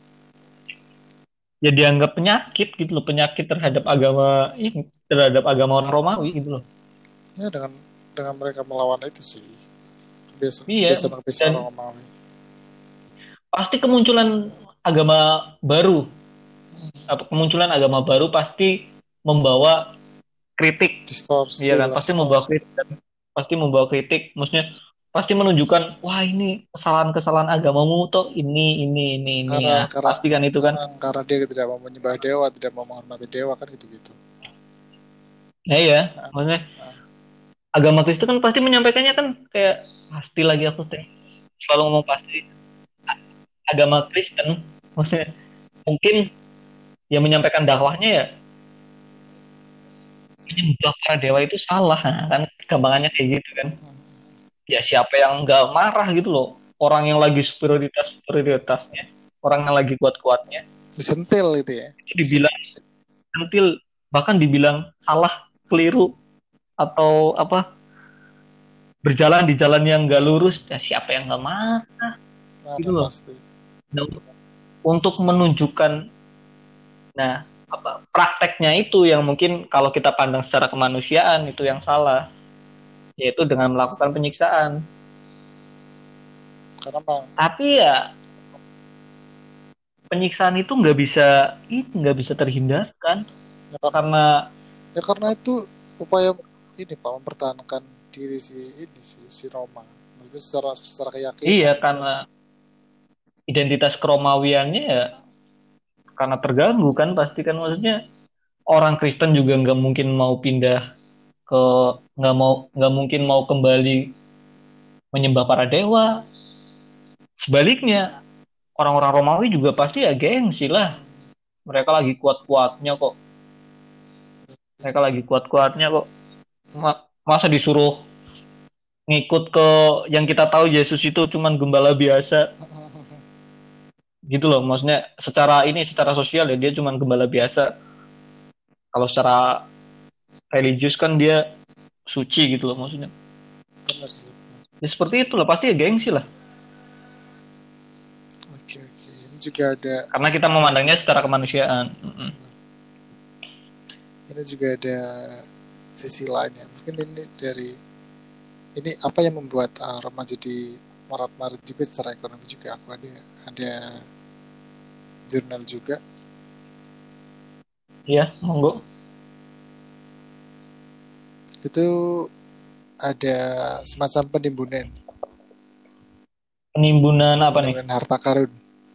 ya dianggap penyakit gitu loh, penyakit terhadap agama ini, terhadap agama orang Romawi gitu loh. Ya dengan dengan mereka melawan itu sih. Kebiasaan Iya, kebiasaan kebiasaan dan orang Romawi. pasti kemunculan agama baru, apa kemunculan agama baru pasti membawa kritik, Distorsi iya kan? lah. Pasti membawa kritik, pasti membawa kritik, maksudnya pasti menunjukkan, wah ini kesalahan-kesalahan agamamu tuh ini ini ini ini Karena ya, karena pasti kan itu kan. karena dia tidak mau menyembah dewa, tidak mau menghormati dewa kan gitu-gitu. Nah iya, maksudnya agama Kristen kan pasti menyampaikannya kan kayak pasti lagi aku teh selalu ngomong pasti agama Kristen, maksudnya mungkin yang menyampaikan dakwahnya ya menyembah para dewa itu salah, nah, kan gampangannya kayak gitu kan. Ya siapa yang nggak marah gitu loh, orang yang lagi superioritas superioritasnya, orang yang lagi kuat-kuatnya Disentil itu ya. itu dibilang sentil, bahkan dibilang salah, keliru, atau apa berjalan di jalan yang nggak lurus, ya siapa yang nggak marah Nah, gitu loh. pasti. Nah, untuk menunjukkan nah apa prakteknya itu yang mungkin kalau kita pandang secara kemanusiaan itu yang salah, yaitu dengan melakukan penyiksaan. Karena bang, Tapi ya penyiksaan itu nggak bisa ini nggak bisa terhindarkan ya, kar- karena ya karena itu upaya ini pak mempertahankan diri si ini si si Roma. Maksudnya secara secara keyakinan. iya karena identitas keromawiannya ya karena terganggu kan pasti kan, maksudnya orang Kristen juga nggak mungkin mau pindah ke nggak mau nggak mungkin mau kembali menyembah para dewa. Sebaliknya orang-orang Romawi juga pasti ya gengsi lah, mereka lagi kuat-kuatnya kok mereka lagi kuat-kuatnya kok Ma- masa disuruh ngikut ke yang kita tahu Yesus itu cuman gembala biasa gitu loh, maksudnya secara ini secara sosial ya dia cuman gembala biasa, kalau secara religius kan dia suci gitu loh, maksudnya Benar sih. ya seperti itu lah, pasti ya gengsi lah Oke oke. Ini juga ada karena kita memandangnya secara kemanusiaan. Mm-mm. ini juga ada sisi lainnya. Mungkin ini dari ini apa yang membuat uh, Roma jadi marat-marit juga secara ekonomi juga. Aku ada ada jurnal juga. Iya monggo. Itu ada semacam penimbunan Penimbunan apa nih? penimbunan harta karun,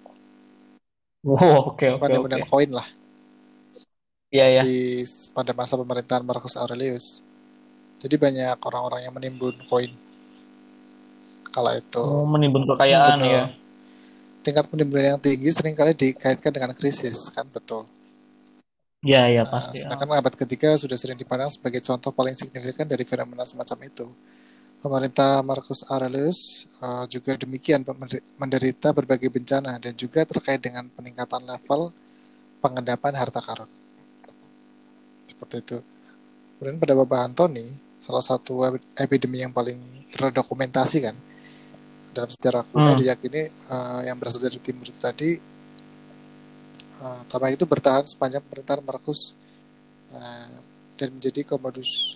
Wow, oke oke penimbunan oke. koin lah Iya ya. di pada masa pemerintahan Marcus Aurelius. Jadi banyak orang-orang yang menimbun koin kala itu. Oh, menimbun kekayaan Betul. ya. Tingkat penimbunan yang tinggi seringkali dikaitkan dengan krisis, kan betul. Ya ya Nah, pasti. sedangkan abad ketiga sudah sering dipandang sebagai contoh paling signifikan dari fenomena semacam itu. Pemerintah Marcus Aurelius uh, juga demikian menderita berbagai bencana dan juga terkait dengan peningkatan level pengendapan harta karun. Seperti itu. Kemudian pada Bapak Antoni, salah satu epidemi yang paling terdokumentasi kan dalam sejarah kuno, Hmm. diyakini uh, yang berasal dari timur itu tadi, uh, tanah itu bertahan sepanjang pemerintahan Marcus uh, dan menjadi komodus.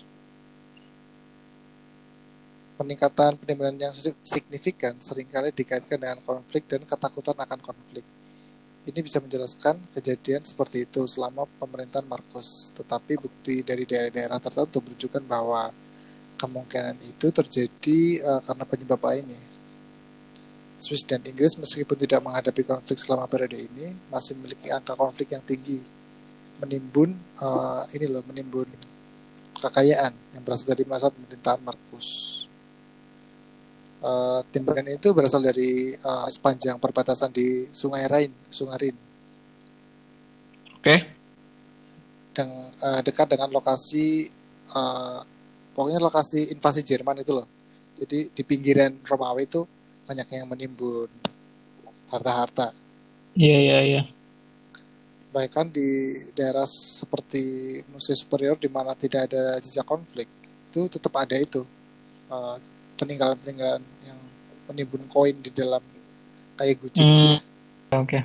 Peningkatan penimbunan yang signifikan seringkali dikaitkan dengan konflik dan ketakutan akan konflik. Ini bisa menjelaskan kejadian seperti itu selama pemerintahan Marcus. Tetapi bukti dari daerah-daerah tertentu menunjukkan bahwa kemungkinan itu terjadi uh, karena penyebab lainnya. Swiss dan Inggris meskipun tidak menghadapi konflik selama periode ini, masih memiliki angka konflik yang tinggi. Menimbun, uh, ini loh, menimbun kekayaan yang berasal dari masa pemerintahan Marcus. Uh, timbunan itu berasal dari uh, sepanjang perbatasan di Sungai Rhine, Sungai Rin. Oke. Okay. Dan uh, dekat dengan lokasi, uh, pokoknya lokasi invasi Jerman itu loh. Jadi di pinggiran Romawi itu banyak yang menimbun. harta-harta. Iya, iya, iya. Bahkan di daerah seperti Nusa Superior di mana tidak ada jejak konflik, itu tetap ada itu uh, peninggalan-peninggalan yang menimbun koin di dalam kayak guci Hmm, gitu lah. Oke.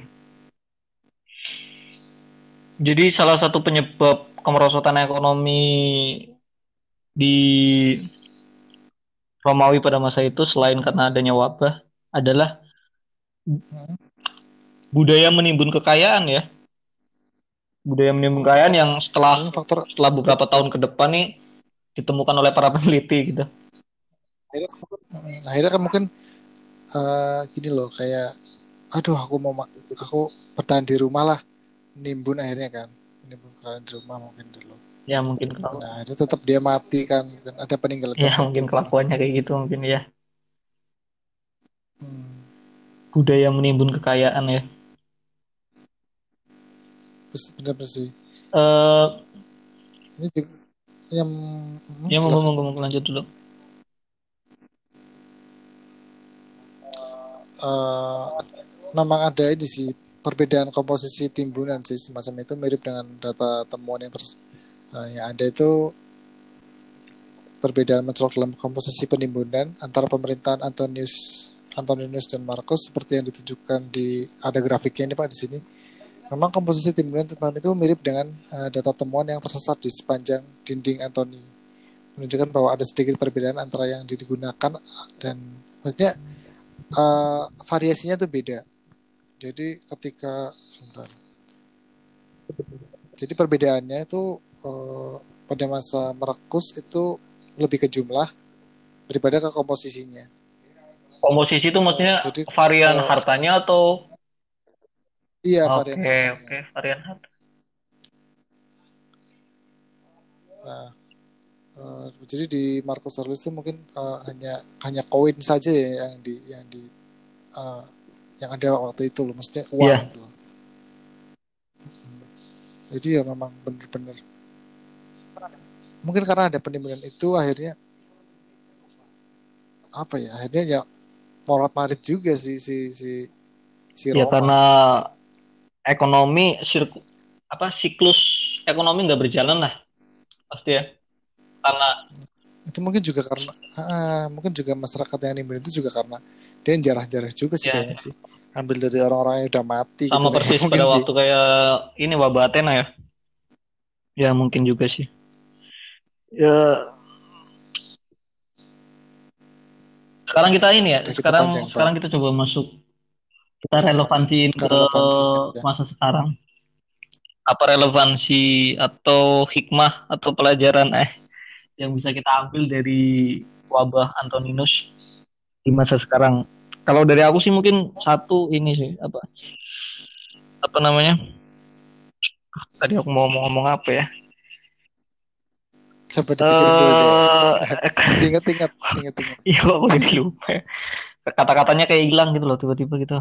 Jadi salah satu penyebab kemerosotan ekonomi di Romawi pada masa itu selain karena adanya wabah adalah Hmm. budaya menimbun kekayaan ya. Budaya menimbun kekayaan yang setelah Mungkin faktor setelah beberapa tahun ke depan nih ditemukan oleh para peneliti gitu. akhirnya, hmm, akhirnya kan mungkin uh, gini loh kayak aduh aku mau ma- aku bertahan di rumah lah, nimbun akhirnya kan nimbun kalian di rumah mungkin dulu. Ya mungkin kalau Nah itu tetap dia mati kan, dan ada peninggalan ya tertentu mungkin kan. kelakuannya kayak gitu mungkin ya. Hmm. Budaya menimbun kekayaan ya. Bener-bener sih. Eh Ini juga yang hmm, ya monggo silakan. monggo monggo lanjut dulu. Uh, memang ada ini sih perbedaan komposisi timbunan sih semacam itu, mirip dengan data temuan yang terus uh, yang ada itu perbedaan mencolok dalam komposisi penimbunan antara pemerintahan Antonius Antoninus dan Marcus seperti yang ditunjukkan di ada grafiknya ini Pak di sini. Memang komposisi timbunan itu mirip dengan uh, data temuan yang tersesat di sepanjang dinding Antoni, menunjukkan bahwa ada sedikit perbedaan antara yang digunakan dan maksudnya uh, variasinya tuh beda. Jadi ketika sebentar. Jadi perbedaannya itu uh, pada masa Marcus itu lebih ke jumlah daripada ke komposisinya. Komposisi itu maksudnya Jadi varian uh, hartanya atau iya varian oke hartanya. oke varian harta. Nah, uh, jadi di Marcus Aurelius itu mungkin uh, hanya hanya koin saja ya yang di yang di uh, yang ada waktu itu loh, maksudnya uang Iya. itu loh. Jadi ya memang benar-benar mungkin karena ada penimbunan itu akhirnya apa ya akhirnya ya morat marit juga si si si si Ya Roma. karena ekonomi sirku, apa siklus ekonomi nggak berjalan lah pasti ya. Karena Itu mungkin juga karena ah, mungkin juga masyarakat yang nimbun itu juga karena dia jarah-jarah juga sih ya kayaknya sih, ambil dari orang-orang yang udah mati gitu sama kayaknya persis mungkin pada sih. waktu kayak ini wabah Athena ya. Ya mungkin juga sih. Ya sekarang kita ini ya, Udah kita sekarang panjang Pak, sekarang kita coba masuk kita relevansiin ke ke relevansi ya. masa sekarang. Apa relevansi atau hikmah atau pelajaran eh yang bisa kita ambil dari wabah Antoninus di masa sekarang? Kalau dari aku sih mungkin satu ini sih apa apa namanya? Tadi aku mau ngomong apa ya? Coba dipikirin dulu deh. Eh, Diinget-inget, inget-inget. iya aku jadi lupa ya. Kata-katanya kayak hilang gitu loh tiba-tiba gitu.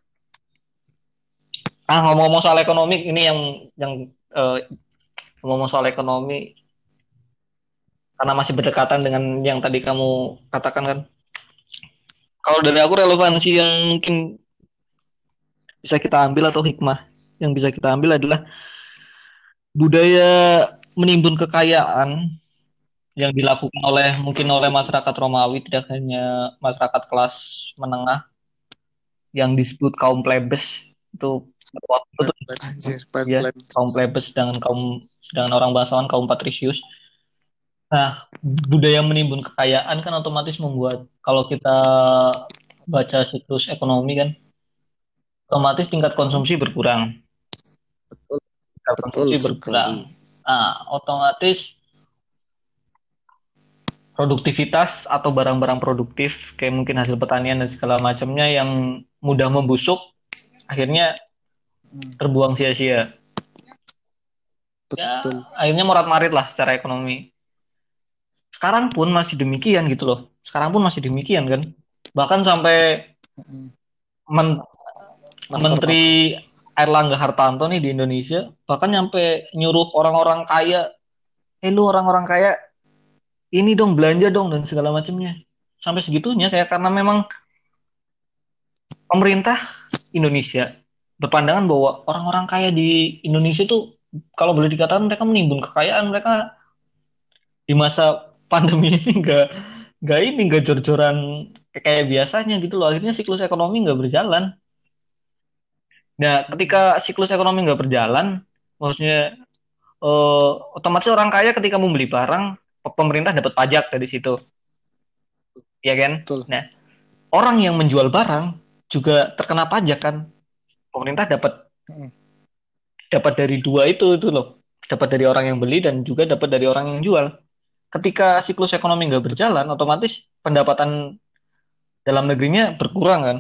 Ah ngomong-ngomong soal ekonomi ini yang yang eh, ngomong soal ekonomi karena masih berdekatan dengan yang tadi kamu katakan kan. Kalau dari aku relevansi yang mungkin bisa kita ambil atau hikmah yang bisa kita ambil adalah budaya menimbun kekayaan yang dilakukan oleh mungkin oleh Asik. masyarakat Romawi tidak hanya masyarakat kelas menengah yang disebut kaum plebes itu waktu itu Anjir, pen ya kaum plebs. plebes sedangkan kaum sedangkan orang bangsawan kaum patrisius. Nah, budaya menimbun kekayaan kan otomatis membuat kalau kita baca siklus ekonomi kan otomatis tingkat Hmm, konsumsi berkurang. betul, Tingkat betul konsumsi sekali. berkurang. Nah, otomatis produktivitas atau barang-barang produktif kayak mungkin hasil pertanian dan segala macamnya yang mudah membusuk akhirnya Hmm, terbuang sia-sia. Ya, betul. akhirnya morat-marit lah secara ekonomi. Sekarang pun masih demikian gitu loh. Sekarang pun masih demikian kan. Bahkan sampai Hmm, men- master master. Menteri Airlangga Hartarto nih di Indonesia bahkan nyampe nyuruh orang-orang kaya, eh lu orang-orang kaya ini dong belanja dong dan segala macamnya. Sampai segitunya kayak karena memang pemerintah Indonesia berpandangan bahwa orang-orang kaya di Indonesia itu kalau boleh dikatakan mereka menimbun kekayaan mereka di masa pandemi ini nggak nggak ini nggak jor-joran kayak biasanya gitu loh. Akhirnya siklus ekonomi nggak berjalan. Nah, ketika siklus ekonomi nggak berjalan, maksudnya eh, otomatis orang kaya ketika membeli barang, pemerintah dapat pajak dari situ, ya kan? Betul. Nah, orang yang menjual barang juga terkena pajak kan? Pemerintah dapat Mm. dapat dari dua itu itu loh, dapat dari orang yang beli dan juga dapat dari orang yang jual. Ketika siklus ekonomi nggak berjalan, otomatis pendapatan dalam negerinya berkurang kan?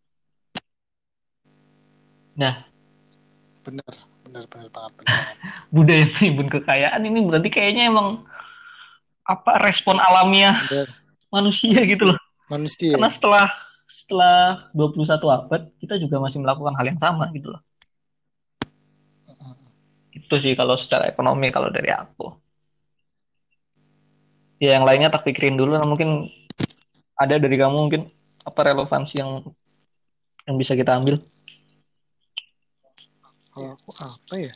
Nah, Benar, benar, benar banget, benar banget. budaya menimbun kekayaan ini berarti kayaknya emang apa respon alamiah Benar. manusia gitu loh. Manusia. Karena setelah setelah dua puluh satu abad kita juga masih melakukan hal yang sama gitu loh. Itu sih kalau secara ekonomi kalau dari aku. Ya yang lainnya tak pikirin dulu nah, mungkin ada dari kamu mungkin apa relevansi yang yang bisa kita ambil. Kalau aku apa ya?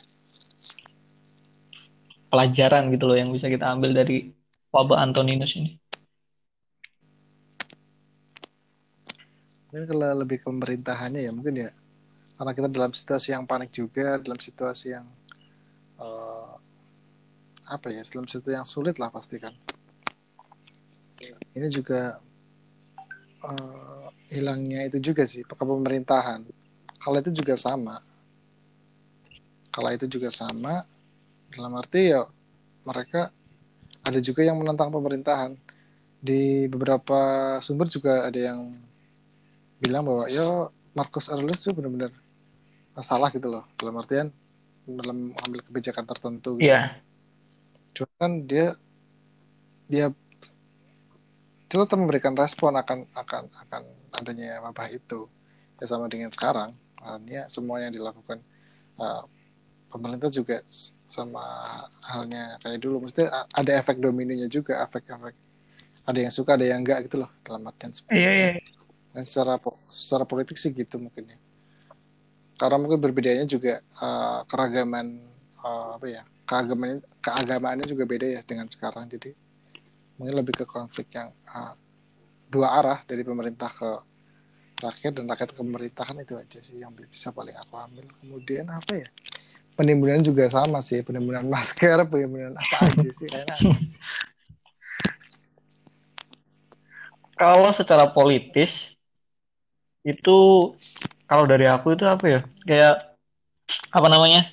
Pelajaran gitu loh yang bisa kita ambil dari wabah Antoninus ini. Mungkin kalau lebih ke pemerintahannya ya mungkin ya. Karena kita dalam situasi yang panik juga, dalam situasi yang eh, apa ya, dalam situasi yang sulit lah pasti kan. Ini juga eh, hilangnya itu juga sih ke pemerintahan. Kalau itu juga sama. Kalau itu juga sama. Dalam arti ya mereka ada juga yang menentang pemerintahan. Di beberapa sumber juga ada yang bilang bahwa ya Marcus Aurelius itu benar-benar salah gitu loh. Dalam artian dalam mengambil kebijakan tertentu gitu. Iya. Cuma kan dia dia dia tetap memberikan respon akan akan akan adanya wabah itu. Ya sama dengan sekarang. Artinya semua yang dilakukan uh, pemerintah juga sama halnya kayak dulu. Mesti ada efek dominonya juga, efek-efek ada yang suka, ada yang enggak gitu loh dalam artian seperti Iya, itu iya. ya. Dan secara secara politik sih gitu mungkin ya. Karena mungkin berbedanya juga uh, keragaman uh, apa ya keagamaan keagamaannya juga beda ya dengan sekarang. Jadi mungkin lebih ke konflik yang uh, dua arah dari pemerintah ke rakyat dan rakyat ke pemerintahan itu aja sih yang bisa paling aku ambil. Kemudian apa ya? Penimbunan juga sama sih, penimbunan masker, penimbunan apa aja sih kayaknya ada sih. Kalau secara politis itu kalau dari aku itu apa ya? Kayak apa namanya?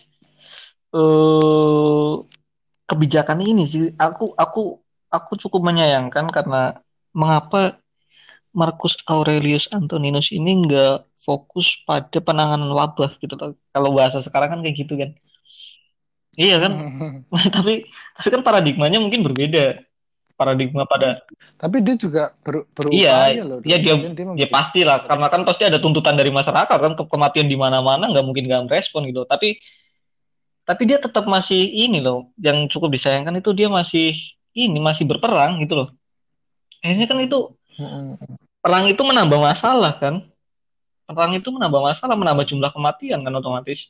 Eh kebijakan ini sih aku aku aku cukup menyayangkan karena mengapa Marcus Aurelius Antoninus ini nggak fokus pada penanganan wabah gitu loh. Kalau bahasa sekarang kan kayak gitu kan. Iya kan? tapi tapi kan paradigmanya mungkin berbeda. Paradigma pada Tapi dia juga ber, iya, berupaya loh ya dalam dia artian dia ya memberikan pasti lah karena kan pasti ada tuntutan dari masyarakat kan ke- kematian di mana-mana nggak mungkin nggak merespon gitu. Tapi tapi dia tetap masih ini loh yang cukup disayangkan itu dia masih ini masih berperang gitu loh. Akhirnya kan itu perang itu menambah masalah kan. Perang itu menambah masalah, menambah jumlah kematian kan otomatis.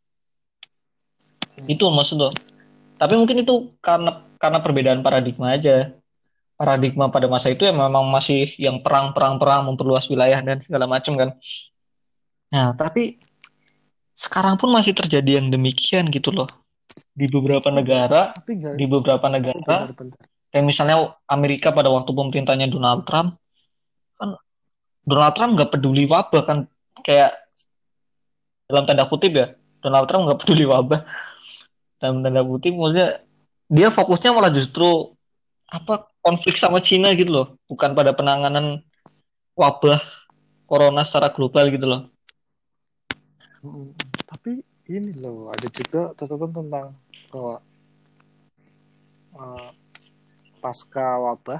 Itu maksud lo. Tapi mungkin itu karena karena perbedaan paradigma aja. Paradigma pada masa itu ya memang masih yang perang-perang-perang memperluas wilayah dan segala macam kan. Nah, tapi sekarang pun masih terjadi yang demikian gitu loh. Di beberapa negara, tapi enggak di beberapa tapi negara, benar-benar kayak misalnya Amerika pada waktu pemerintahnya Donald Trump, kan Donald Trump nggak peduli wabah kan, kayak dalam tanda kutip ya, Donald Trump nggak peduli wabah, dalam tanda kutip maksudnya dia fokusnya malah justru apa konflik sama Cina gitu loh, bukan pada penanganan wabah corona secara global gitu loh. Mm, tapi ini loh ada juga catatan tentang bahwa uh, pasca wabah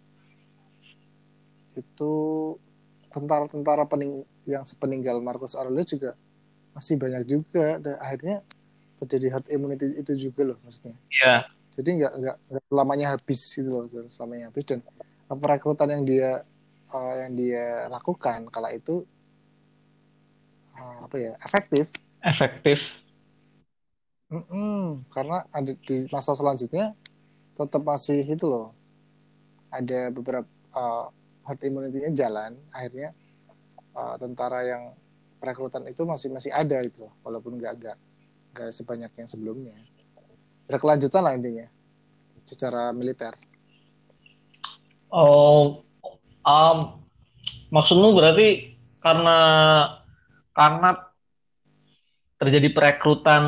itu tentara-tentara pening yang sepeninggal Marcus Aurelius juga masih banyak juga dan akhirnya terjadi herd immunity itu juga loh maksudnya. Iya. Jadi nggak nggak nggak selamanya habis gitu loh, selamanya habis dan perekrutan yang dia uh, yang dia lakukan kala itu uh, apa ya efektif. Efektif. Mm-mm. Karena ada di masa selanjutnya tetap masih itu loh. Ada beberapa uh, herd immunity-nya jalan, akhirnya uh, tentara yang perekrutan itu masih masih ada itu loh, walaupun nggak nggak nggak sebanyak yang sebelumnya. Berkelanjutan lah intinya secara militer. Oh, um, maksudmu berarti karena karena terjadi perekrutan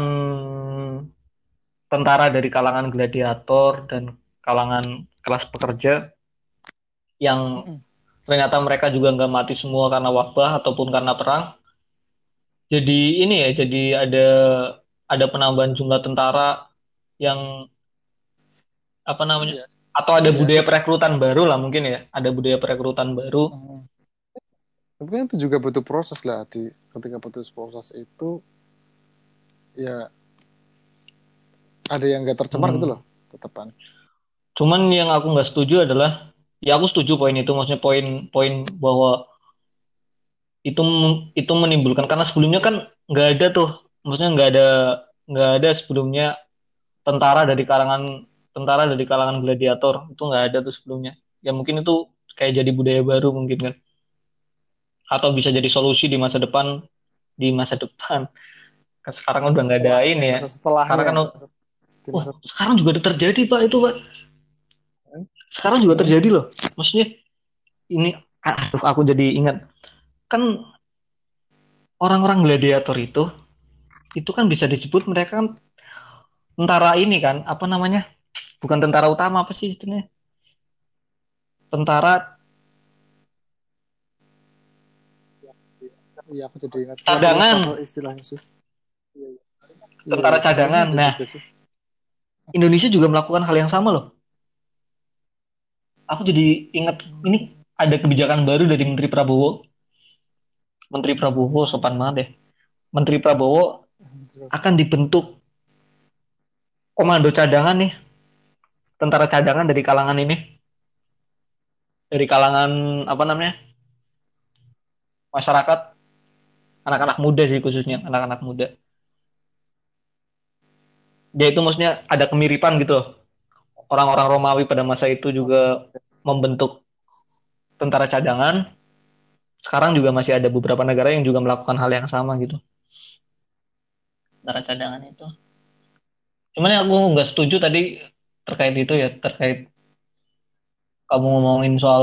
tentara dari kalangan gladiator dan kalangan kelas pekerja yang Mm-mm. ternyata mereka juga nggak mati semua karena wabah ataupun karena perang. Jadi ini ya, jadi ada ada penambahan jumlah tentara yang apa namanya? Iya, Atau ada iya. budaya perekrutan baru lah mungkin ya. Ada budaya perekrutan baru. Mm. Tapi kan itu juga butuh proses lah, di ketika butuh proses itu ya ada yang nggak tercemar gitu Hmm. loh, tetepan. Cuman yang aku nggak setuju adalah, ya aku setuju poin itu, maksudnya poin-poin bahwa itu itu menimbulkan karena sebelumnya kan nggak ada tuh, maksudnya nggak ada nggak ada sebelumnya tentara dari kalangan tentara dari kalangan gladiator itu nggak ada tuh sebelumnya. Ya mungkin itu kayak jadi budaya baru mungkin kan, atau bisa jadi solusi di masa depan di masa depan. Kan sekarang udah nggak ada Setelahnya, ini ya. masa Sekarang setelahnya, kan, di oh masa sekarang juga ada terjadi pak itu pak. Sekarang juga hmm. terjadi loh. Maksudnya ini, aduh aku jadi ingat kan orang-orang gladiator itu itu kan bisa disebut mereka kan tentara ini kan apa namanya, bukan tentara utama, apa sih istilahnya, tentara Iya, aku jadi ingat sih, aku lupa cadangan, kalau istilahnya sih. Iya, tentara iya, kayaknya cadangan. ada Nah juga sih. Indonesia juga melakukan hal yang sama loh. Aku jadi ingat ini ada kebijakan baru dari Menteri Prabowo. Menteri Prabowo sopan banget ya. Menteri Prabowo akan dibentuk komando cadangan nih, tentara cadangan dari kalangan ini, dari kalangan apa namanya, masyarakat, anak-anak muda sih khususnya anak-anak muda. Dia itu maksudnya ada kemiripan gitu loh. Orang-orang Romawi pada masa itu juga membentuk tentara cadangan. Sekarang juga masih ada beberapa negara yang juga melakukan hal yang sama gitu. Tentara cadangan itu. Cuman yang aku nggak setuju tadi terkait itu ya, terkait kamu ngomongin soal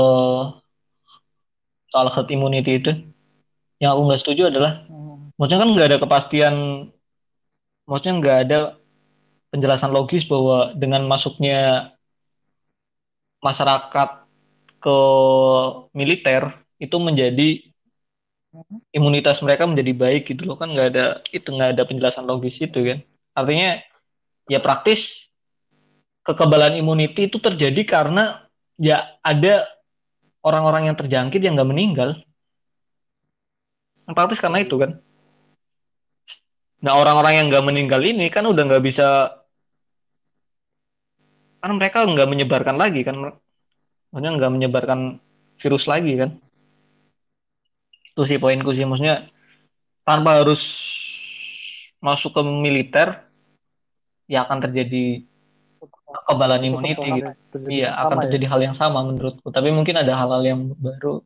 soal herd immunity itu. Yang aku nggak setuju adalah, Hmm. maksudnya kan nggak ada kepastian, maksudnya nggak ada penjelasan logis bahwa dengan masuknya masyarakat ke militer itu menjadi imunitas mereka menjadi baik gitu loh, kan nggak ada itu, nggak ada penjelasan logis itu kan. Artinya ya praktis kekebalan imuniti itu terjadi karena ya ada orang-orang yang terjangkit yang nggak meninggal, kan praktis karena itu kan. Nah orang-orang yang nggak meninggal ini kan udah nggak bisa, kan mereka nggak menyebarkan lagi kan, maksudnya nggak menyebarkan virus lagi kan. Itu sih poinku sih, maksudnya tanpa harus masuk ke militer ya akan terjadi kekebalan Tetap immunity hal gitu. yang terjadi Iya, akan sama ya. terjadi hal yang sama menurutku. Tapi mungkin ada hal-hal yang baru.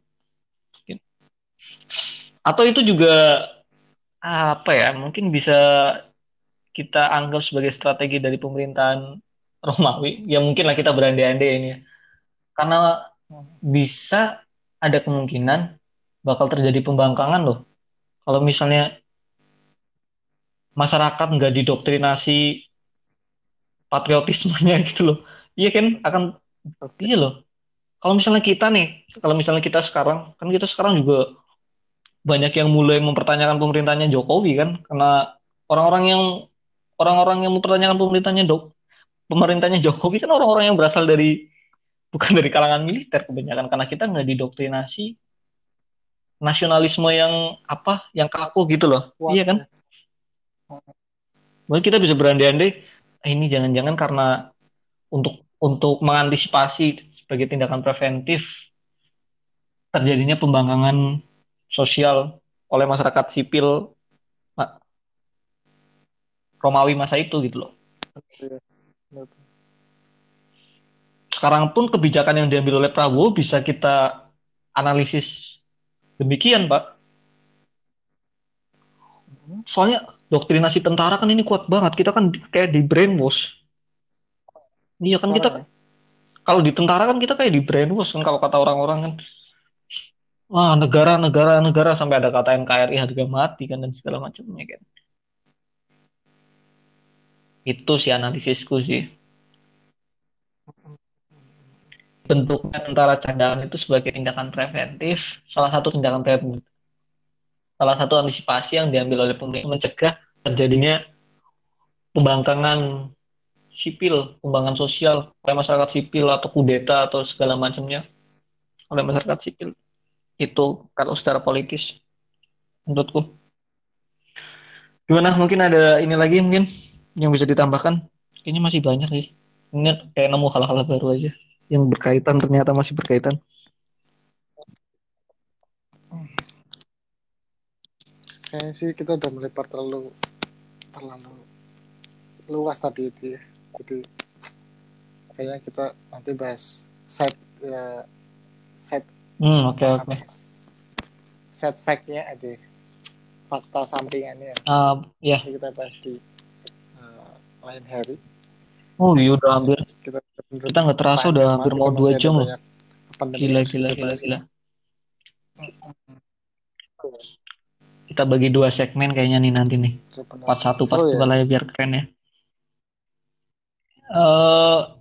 Atau itu juga apa ya? Mungkin bisa kita anggap sebagai strategi dari pemerintahan Romawi. Ya mungkin lah kita berandai-andai ini ya. Karena bisa ada kemungkinan bakal terjadi pembangkangan loh. Kalau misalnya masyarakat nggak didoktrinasi patriotismenya gitu loh. Iya kan akan, Oke. iya loh. Kalau misalnya kita nih, kalau misalnya kita sekarang, kan kita sekarang juga banyak yang mulai mempertanyakan pemerintahnya Jokowi kan, karena orang-orang yang orang-orang yang mempertanyakan pemerintahnya dok, pemerintahnya Jokowi kan orang-orang yang berasal dari bukan dari kalangan militer kebanyakan, karena kita nggak didoktrinasi nasionalisme yang apa, yang kaku gitu loh, Kuat iya kan? ya. Mungkin kita bisa berandai-andai, ah, ini jangan-jangan karena untuk untuk mengantisipasi sebagai tindakan preventif terjadinya pembangkangan sosial oleh masyarakat sipil Romawi masa itu gitu loh. Sekarang pun kebijakan yang diambil oleh Prabowo bisa kita analisis demikian, Pak. Soalnya doktrinasi tentara kan ini kuat banget. Kita kan kayak di brainwash. Iya kan kita Sekarang ya. kalau di tentara kan kita kayak di brainwash kan kalau kata orang-orang kan. Wah, negara negara negara sampai ada kata N K R I harga mati kan dan segala macamnya kan. Itu sih analisisku sih. Bentuknya tentara cadangan itu sebagai tindakan preventif, salah satu tindakan preventif, salah satu antisipasi yang diambil oleh pemerintah mencegah terjadinya pembangkangan sipil, pembangkangan sosial oleh masyarakat sipil atau kudeta atau segala macamnya oleh masyarakat sipil. Itu kalau secara politis menurutku. Gimana? Mungkin ada ini lagi mungkin yang bisa ditambahkan? Ini masih banyak sih. Ini kayak nemu hal-hal baru aja yang berkaitan, ternyata masih berkaitan. Kayaknya sih kita udah melebar terlalu terlalu luas tadi itu ya. Jadi kayaknya kita nanti bahas set ya set Hmm, oke oke. set fact-nya aja, fakta sampingannya. Uh, ya. Nanti kita bahas di uh, lain hari. Oh iya udah hampir. Kita Kita nggak terasa udah hampir mau dua jam loh. Gila gila gila gila. Kita bagi dua segmen kayaknya nih nanti nih. Part satu, part dua lah ya biar keren ya. Uh,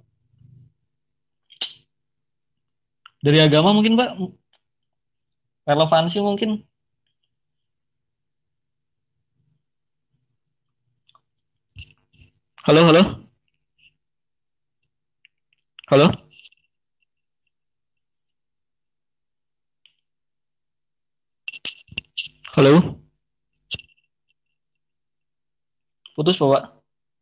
dari agama mungkin Pak? Relevansi mungkin? Halo, halo? Halo? Halo? Putus Bapak?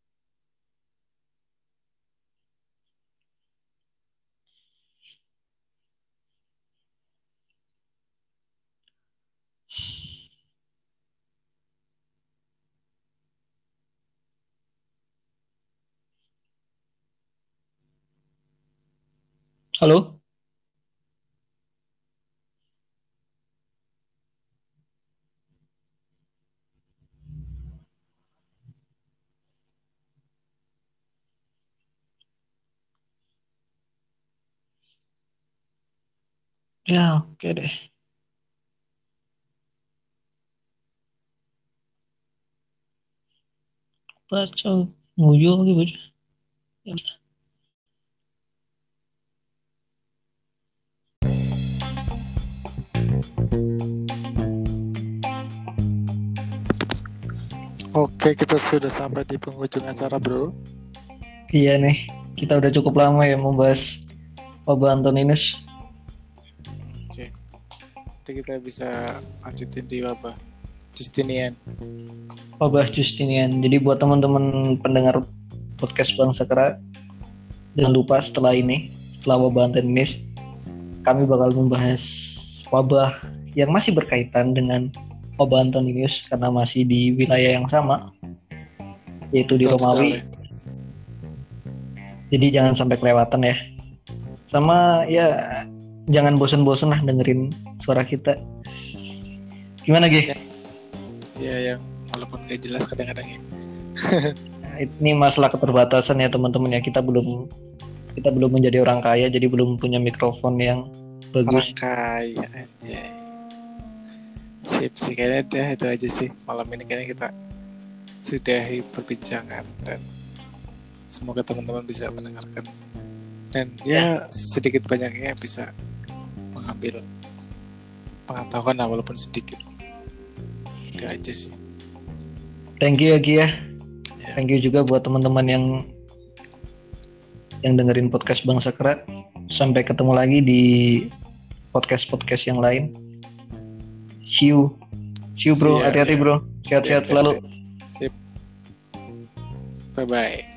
Halo? Ya, oke deh. Baca nguyuh gitu. Ya. Oke, kita sudah sampai di penghujung acara, bro. Iya nih, kita udah cukup lama ya membahas wabah Antoninus. Oke, nanti kita bisa lanjutin di wabah Justinian. Wabah Justinian. Jadi buat teman-teman pendengar podcast Bangsa Kera, jangan lupa setelah ini, setelah wabah Antoninus, kami bakal membahas wabah yang masih berkaitan dengan wabah Antoninus karena masih di wilayah yang sama, yaitu di Romawi. Jadi jangan sampai kelewatan ya. Sama ya jangan bosan-bosan lah dengerin suara kita. Gimana Ge? Ya, ya yang walaupun gak jelas kadang-kadang ya. Ini masalah keterbatasan ya teman-teman ya. Kita belum kita belum menjadi orang kaya, jadi belum punya mikrofon yang bagus. Orang kaya aja. Sip sih, kayaknya udah itu aja sih. Malam ini kayaknya kita sudahi perbincangan dan semoga teman-teman bisa mendengarkan dan ya, ya sedikit banyaknya bisa mengambil pengetahuan lah walaupun sedikit. Itu aja sih. Thank you Aki ya. ya. Thank you juga buat teman-teman yang yang dengerin podcast Bangsa Kera. Sampai ketemu lagi di podcast-podcast yang lain. See you. See you bro, hati-hati bro. Sehat-sehat selalu. Sip. Bye-bye.